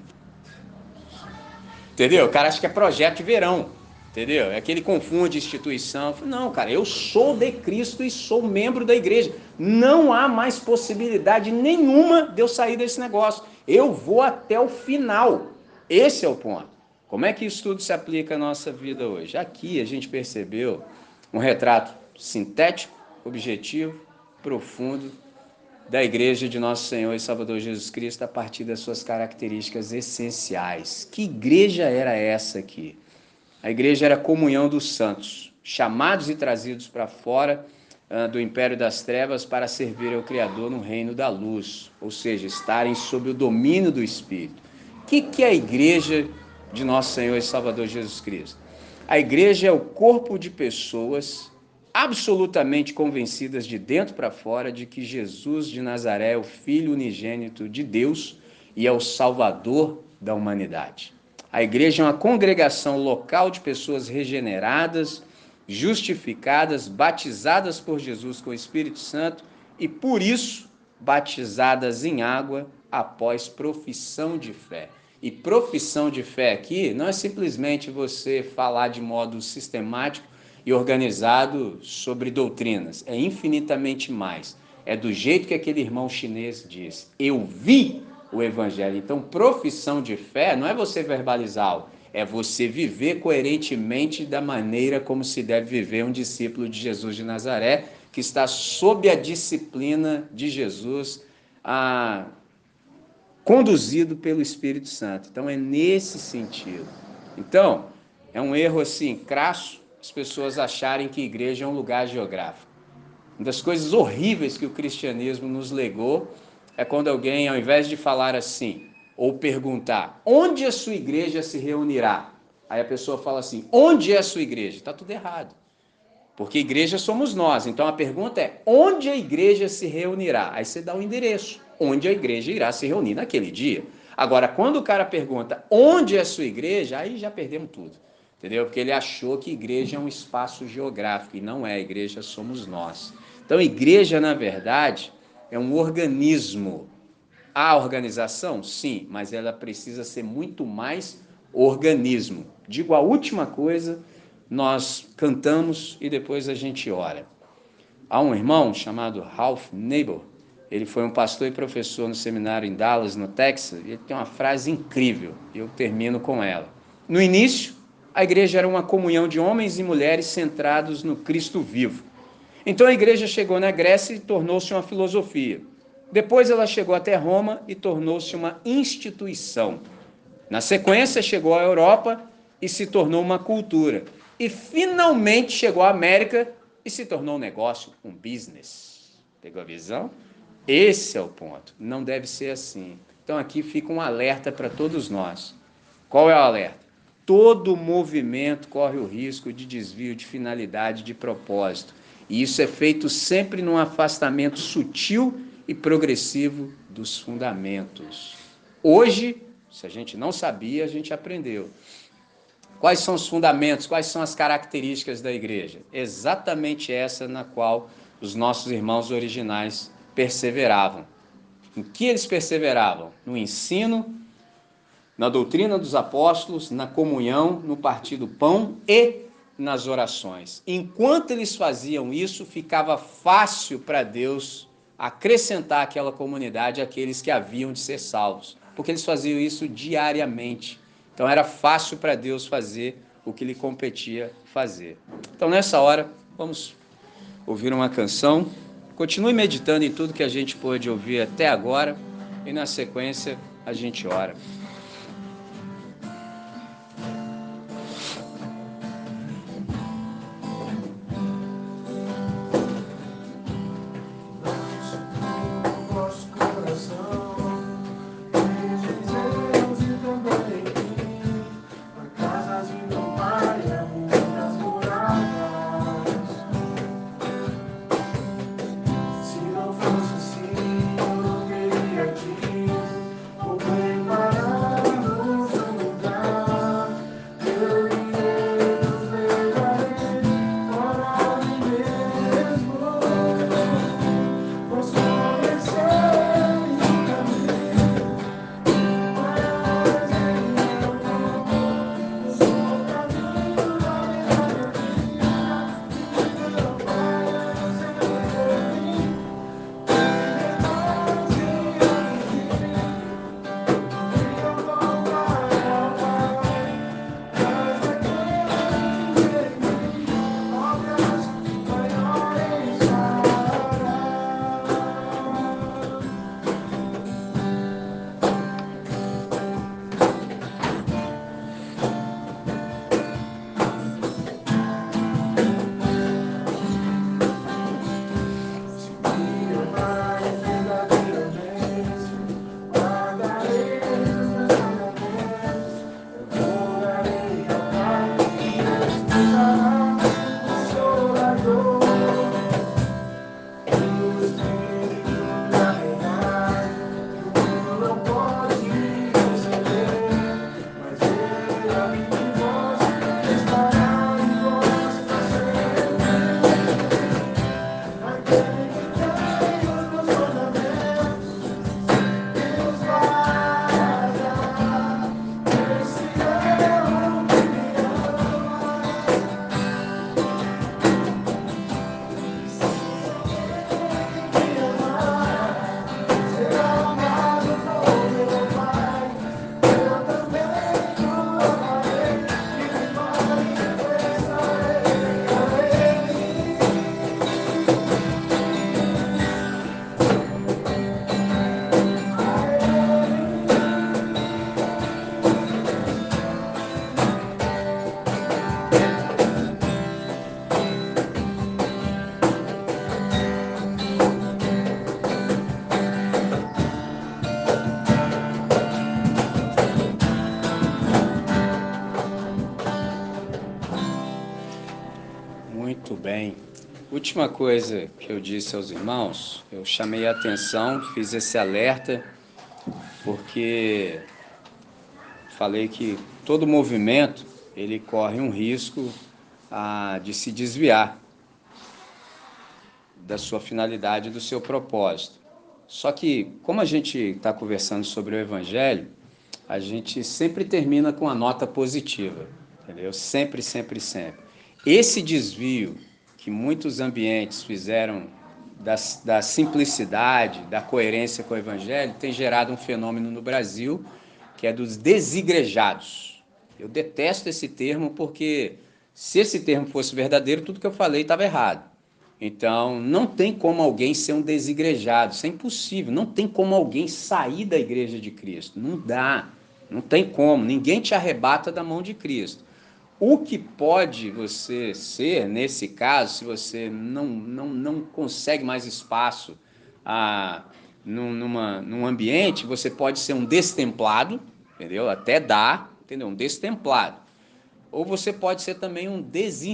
Entendeu? O cara acha que é projeto de verão. Entendeu? É que ele confunde instituição. Não, cara, eu sou de Cristo e sou membro da igreja. Não há mais possibilidade nenhuma de eu sair desse negócio. Eu vou até o final. Esse é o ponto. Como é que isso tudo se aplica à nossa vida hoje? Aqui a gente percebeu um retrato sintético, objetivo, profundo da igreja de nosso Senhor e Salvador Jesus Cristo a partir das suas características essenciais. Que igreja era essa aqui? A igreja era a comunhão dos santos, chamados e trazidos para fora uh, do império das trevas para servir ao Criador no reino da luz, ou seja, estarem sob o domínio do Espírito. O que, que é a igreja de nosso Senhor e Salvador Jesus Cristo? A igreja é o corpo de pessoas absolutamente convencidas de dentro para fora de que Jesus de Nazaré é o Filho unigênito de Deus e é o Salvador da humanidade. A igreja é uma congregação local de pessoas regeneradas, justificadas, batizadas por Jesus com o Espírito Santo e, por isso, batizadas em água após profissão de fé. E profissão de fé aqui não é simplesmente você falar de modo sistemático e organizado sobre doutrinas. É infinitamente mais. É do jeito que aquele irmão chinês diz. Eu vi o evangelho. Então, profissão de fé não é você verbalizá-lo, é você viver coerentemente da maneira como se deve viver um discípulo de Jesus de Nazaré, que está sob a disciplina de Jesus, a, conduzido pelo Espírito Santo. Então, é nesse sentido. Então, é um erro assim, crasso, as pessoas acharem que igreja é um lugar geográfico. Uma das coisas horríveis que o cristianismo nos legou é quando alguém, ao invés de falar assim, ou perguntar, onde a sua igreja se reunirá? Aí a pessoa fala assim, onde é a sua igreja? Está tudo errado. Porque igreja somos nós. Então a pergunta é, onde a igreja se reunirá? Aí você dá o endereço, onde a igreja irá se reunir naquele dia. Agora, quando o cara pergunta, onde é a sua igreja? Aí já perdemos tudo. Entendeu? Porque ele achou que igreja é um espaço geográfico, e não é, a igreja somos nós. Então, igreja, na verdade, é um organismo. Há organização? Sim, mas ela precisa ser muito mais organismo. Digo a última coisa, nós cantamos e depois a gente ora. Há um irmão chamado Ralph Neighbor, ele foi um pastor e professor no seminário em Dallas, no Texas, e ele tem uma frase incrível, e eu termino com ela. No início, a igreja era uma comunhão de homens e mulheres centrados no Cristo vivo. Então a igreja chegou na Grécia e tornou-se uma filosofia. Depois ela chegou até Roma e tornou-se uma instituição. Na sequência chegou à Europa e se tornou uma cultura. E finalmente chegou à América e se tornou um negócio, um business. Pegou a visão? Esse é o ponto. Não deve ser assim. Então aqui fica um alerta para todos nós. Qual é o alerta? Todo movimento corre o risco de desvio de finalidade, de propósito. E isso é feito sempre num afastamento sutil e progressivo dos fundamentos. Hoje, se a gente não sabia, a gente aprendeu. Quais são os fundamentos, quais são as características da igreja? Exatamente essa na qual os nossos irmãos originais perseveravam. Em que eles perseveravam? No ensino, na doutrina dos apóstolos, na comunhão, no partir do pão e nas orações. Enquanto eles faziam isso, ficava fácil para Deus acrescentar àquela comunidade aqueles que haviam de ser salvos, porque eles faziam isso diariamente. Então era fácil para Deus fazer o que lhe competia fazer. Então nessa hora, vamos ouvir uma canção. Continue meditando em tudo que a gente pôde ouvir até agora e na sequência a gente ora. Muito bem. Última coisa que eu disse aos irmãos, eu chamei a atenção, fiz esse alerta, porque falei que todo movimento ele corre um risco ah, de se desviar da sua finalidade, do seu propósito. Só que, como a gente está conversando sobre o Evangelho, a gente sempre termina com a nota positiva, entendeu? Sempre, sempre, sempre. Esse desvio que muitos ambientes fizeram da, da simplicidade, da coerência com o Evangelho, tem gerado um fenômeno no Brasil, que é dos desigrejados. Eu detesto esse termo porque, se esse termo fosse verdadeiro, tudo que eu falei estava errado. Então, não tem como alguém ser um desigrejado, isso é impossível. Não tem como alguém sair da igreja de Cristo, não dá, não tem como, ninguém te arrebata da mão de Cristo. O que pode você ser, nesse caso, se você não, não, não consegue mais espaço ah, num, numa, num ambiente, você pode ser um destemplado, entendeu? Até dá, entendeu? Um destemplado. Ou você pode ser também um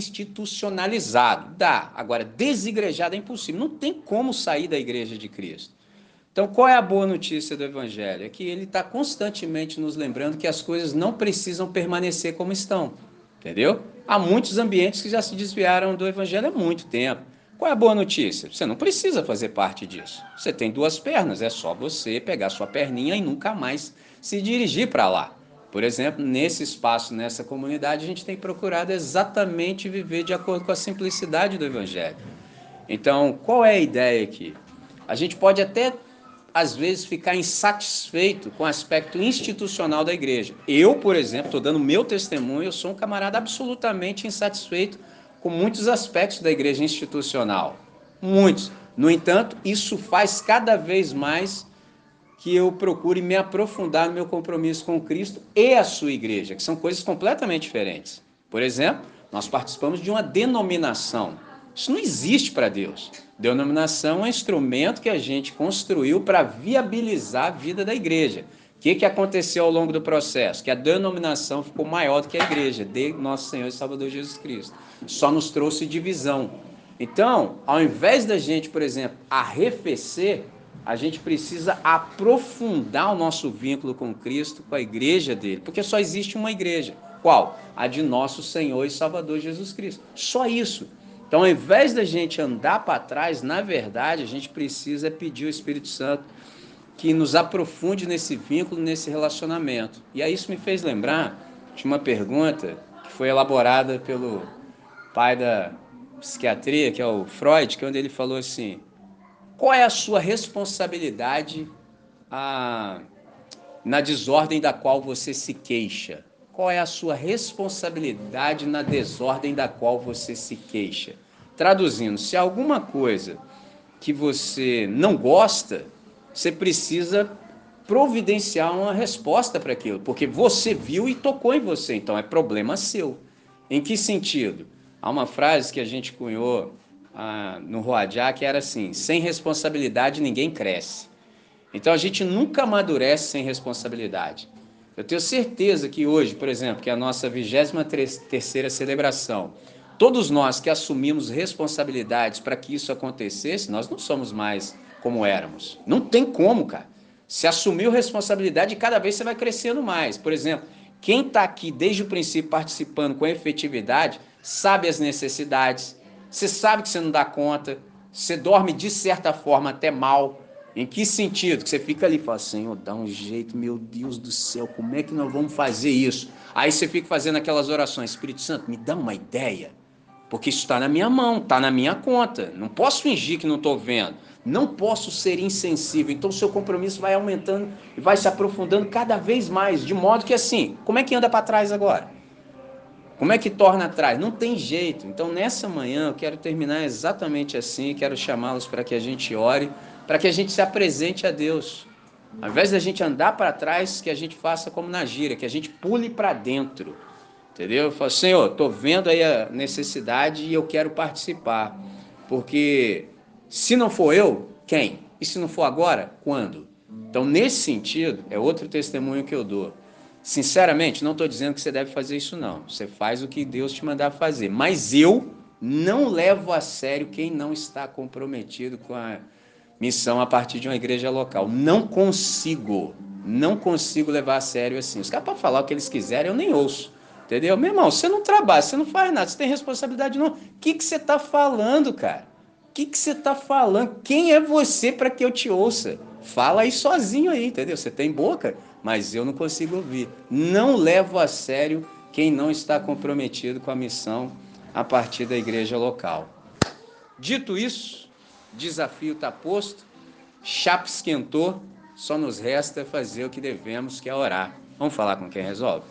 desinstitucionalizado. Dá. Agora, desigrejado é impossível. Não tem como sair da igreja de Cristo. Então, qual é a boa notícia do Evangelho? É que ele está constantemente nos lembrando que as coisas não precisam permanecer como estão. Entendeu? Há muitos ambientes que já se desviaram do Evangelho há muito tempo. Qual é a boa notícia? Você não precisa fazer parte disso. Você tem duas pernas, é só você pegar sua perninha e nunca mais se dirigir para lá. Por exemplo, nesse espaço, nessa comunidade, a gente tem procurado exatamente viver de acordo com a simplicidade do Evangelho. Então, qual é a ideia aqui? A gente pode até, às vezes, ficar insatisfeito com o aspecto institucional da igreja. Eu, por exemplo, estou dando meu testemunho, eu sou um camarada absolutamente insatisfeito com muitos aspectos da igreja institucional. Muitos. No entanto, isso faz cada vez mais que eu procure me aprofundar no meu compromisso com Cristo e a sua igreja, que são coisas completamente diferentes. Por exemplo, nós participamos de uma denominação. Isso não existe para Deus. Denominação é um instrumento que a gente construiu para viabilizar a vida da igreja. O que, que aconteceu ao longo do processo? Que a denominação ficou maior do que a igreja, de nosso Senhor e Salvador Jesus Cristo. Só nos trouxe divisão. Então, ao invés da gente, por exemplo, arrefecer, a gente precisa aprofundar o nosso vínculo com Cristo, com a igreja dele, porque só existe uma igreja. Qual? A de nosso Senhor e Salvador Jesus Cristo. Só isso. Então, ao invés da gente andar para trás, na verdade, a gente precisa pedir ao Espírito Santo que nos aprofunde nesse vínculo, nesse relacionamento. E aí isso me fez lembrar de uma pergunta que foi elaborada pelo pai da psiquiatria, que é o Freud, que é onde ele falou assim: qual é a sua responsabilidade ah, na desordem da qual você se queixa? Qual é a sua responsabilidade na desordem da qual você se queixa? Traduzindo, se há alguma coisa que você não gosta, você precisa providenciar uma resposta para aquilo, porque você viu e tocou em você, então é problema seu. Em que sentido? Há uma frase que a gente cunhou ah, no Roadjá que era assim: sem responsabilidade ninguém cresce. Então a gente nunca amadurece sem responsabilidade. Eu tenho certeza que hoje, por exemplo, que é a nossa vigésima terceira celebração, todos nós que assumimos responsabilidades para que isso acontecesse, nós não somos mais como éramos. Não tem como, cara. Se assumiu responsabilidade, cada vez você vai crescendo mais. Por exemplo, quem está aqui desde o princípio participando com efetividade, sabe as necessidades, você sabe que você não dá conta, você dorme de certa forma até mal. Em que sentido? Que você fica ali e fala: Senhor, dá um jeito, meu Deus do céu, como é que nós vamos fazer isso? Aí você fica fazendo aquelas orações: Espírito Santo, me dá uma ideia, porque isso está na minha mão, está na minha conta, não posso fingir que não estou vendo, não posso ser insensível. Então o seu compromisso vai aumentando e vai se aprofundando cada vez mais, de modo que assim, como é que anda para trás agora? Como é que torna atrás? Não tem jeito. Então nessa manhã eu quero terminar exatamente assim, quero chamá-los para que a gente ore, para que a gente se apresente a Deus. Ao invés da gente andar para trás, que a gente faça como na gíria, que a gente pule para dentro. Entendeu? Eu falo: Senhor, estou vendo aí a necessidade e eu quero participar. Porque se não for eu, quem? E se não for agora, quando? Então, nesse sentido, é outro testemunho que eu dou. Sinceramente, não estou dizendo que você deve fazer isso, não. Você faz o que Deus te mandar fazer. Mas eu não levo a sério quem não está comprometido com a missão a partir de uma igreja local. Não consigo. Não consigo levar a sério assim. Os caras podem falar o que eles quiserem, eu nem ouço. Entendeu? Meu irmão, você não trabalha, você não faz nada, você tem responsabilidade não. O que, que você está falando, cara? O que, que você está falando? Quem é você para que eu te ouça? Fala aí sozinho aí, entendeu? Você tem boca, mas eu não consigo ouvir. Não levo a sério quem não está comprometido com a missão a partir da igreja local. Dito isso, desafio está posto, chapa esquentou, só nos resta fazer o que devemos, que é orar. Vamos falar com quem resolve?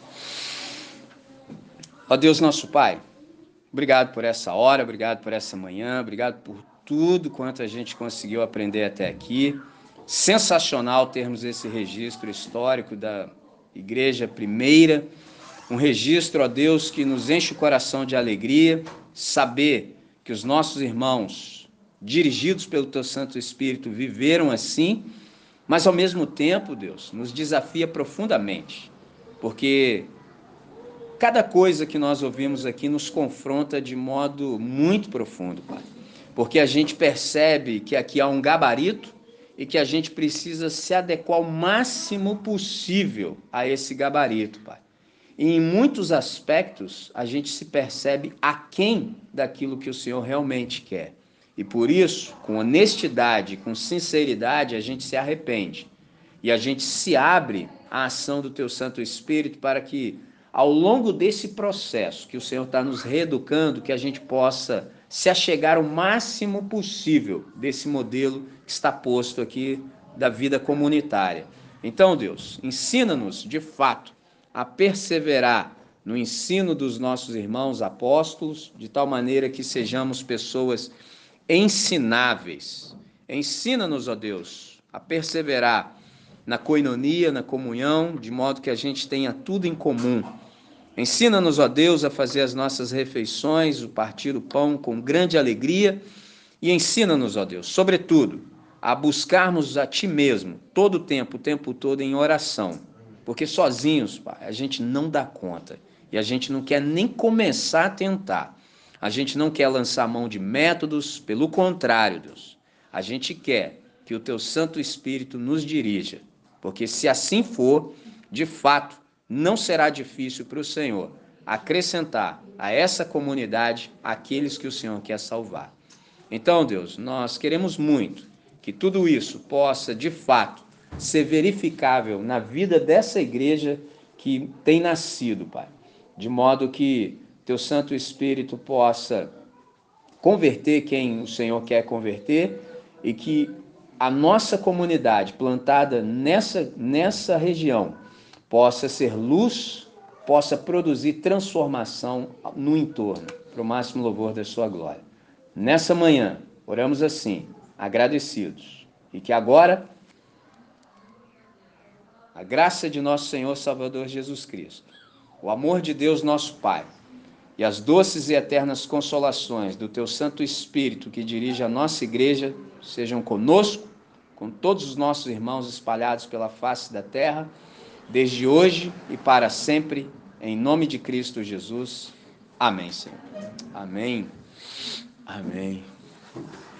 Ó Deus nosso Pai, obrigado por essa hora, obrigado por essa manhã, obrigado por tudo quanto a gente conseguiu aprender até aqui. Sensacional termos esse registro histórico da Igreja Primeira, um registro, ó Deus, que nos enche o coração de alegria, saber que os nossos irmãos, dirigidos pelo Teu Santo Espírito, viveram assim mas ao mesmo tempo, Deus, nos desafia profundamente, porque cada coisa que nós ouvimos aqui nos confronta de modo muito profundo, Pai. Porque a gente percebe que aqui há um gabarito e que a gente precisa se adequar o máximo possível a esse gabarito, Pai. E em muitos aspectos a gente se percebe aquém daquilo que o Senhor realmente quer. E por isso, com honestidade, com sinceridade, a gente se arrepende. E a gente se abre à ação do Teu Santo Espírito para que, ao longo desse processo que o Senhor está nos reeducando, que a gente possa se achegar o máximo possível desse modelo que está posto aqui da vida comunitária. Então, Deus, ensina-nos, de fato, a perseverar no ensino dos nossos irmãos apóstolos, de tal maneira que sejamos pessoas ensináveis. Ensina-nos, ó Deus, a perseverar na coinonia, na comunhão, de modo que a gente tenha tudo em comum. Ensina-nos, ó Deus, a fazer as nossas refeições, o partir o pão com grande alegria, e ensina-nos, ó Deus, sobretudo, a buscarmos a Ti mesmo, todo o tempo, o tempo todo em oração, porque sozinhos, Pai, a gente não dá conta, e a gente não quer nem começar a tentar. A gente não quer lançar mão de métodos, pelo contrário, Deus, a gente quer que o Teu Santo Espírito nos dirija, porque se assim for, de fato, não será difícil para o Senhor acrescentar a essa comunidade aqueles que o Senhor quer salvar. Então, Deus, nós queremos muito que tudo isso possa, de fato, ser verificável na vida dessa igreja que tem nascido, Pai, de modo que Teu Santo Espírito possa converter quem o Senhor quer converter e que a nossa comunidade plantada nessa, nessa região possa ser luz, possa produzir transformação no entorno, para o máximo louvor da sua glória. Nessa manhã, oramos assim, agradecidos, e que agora a graça de nosso Senhor Salvador Jesus Cristo, o amor de Deus nosso Pai, e as doces e eternas consolações do Teu Santo Espírito que dirige a nossa igreja sejam conosco, com todos os nossos irmãos espalhados pela face da terra, desde hoje e para sempre, em nome de Cristo Jesus. Amém, Senhor. Amém. Amém.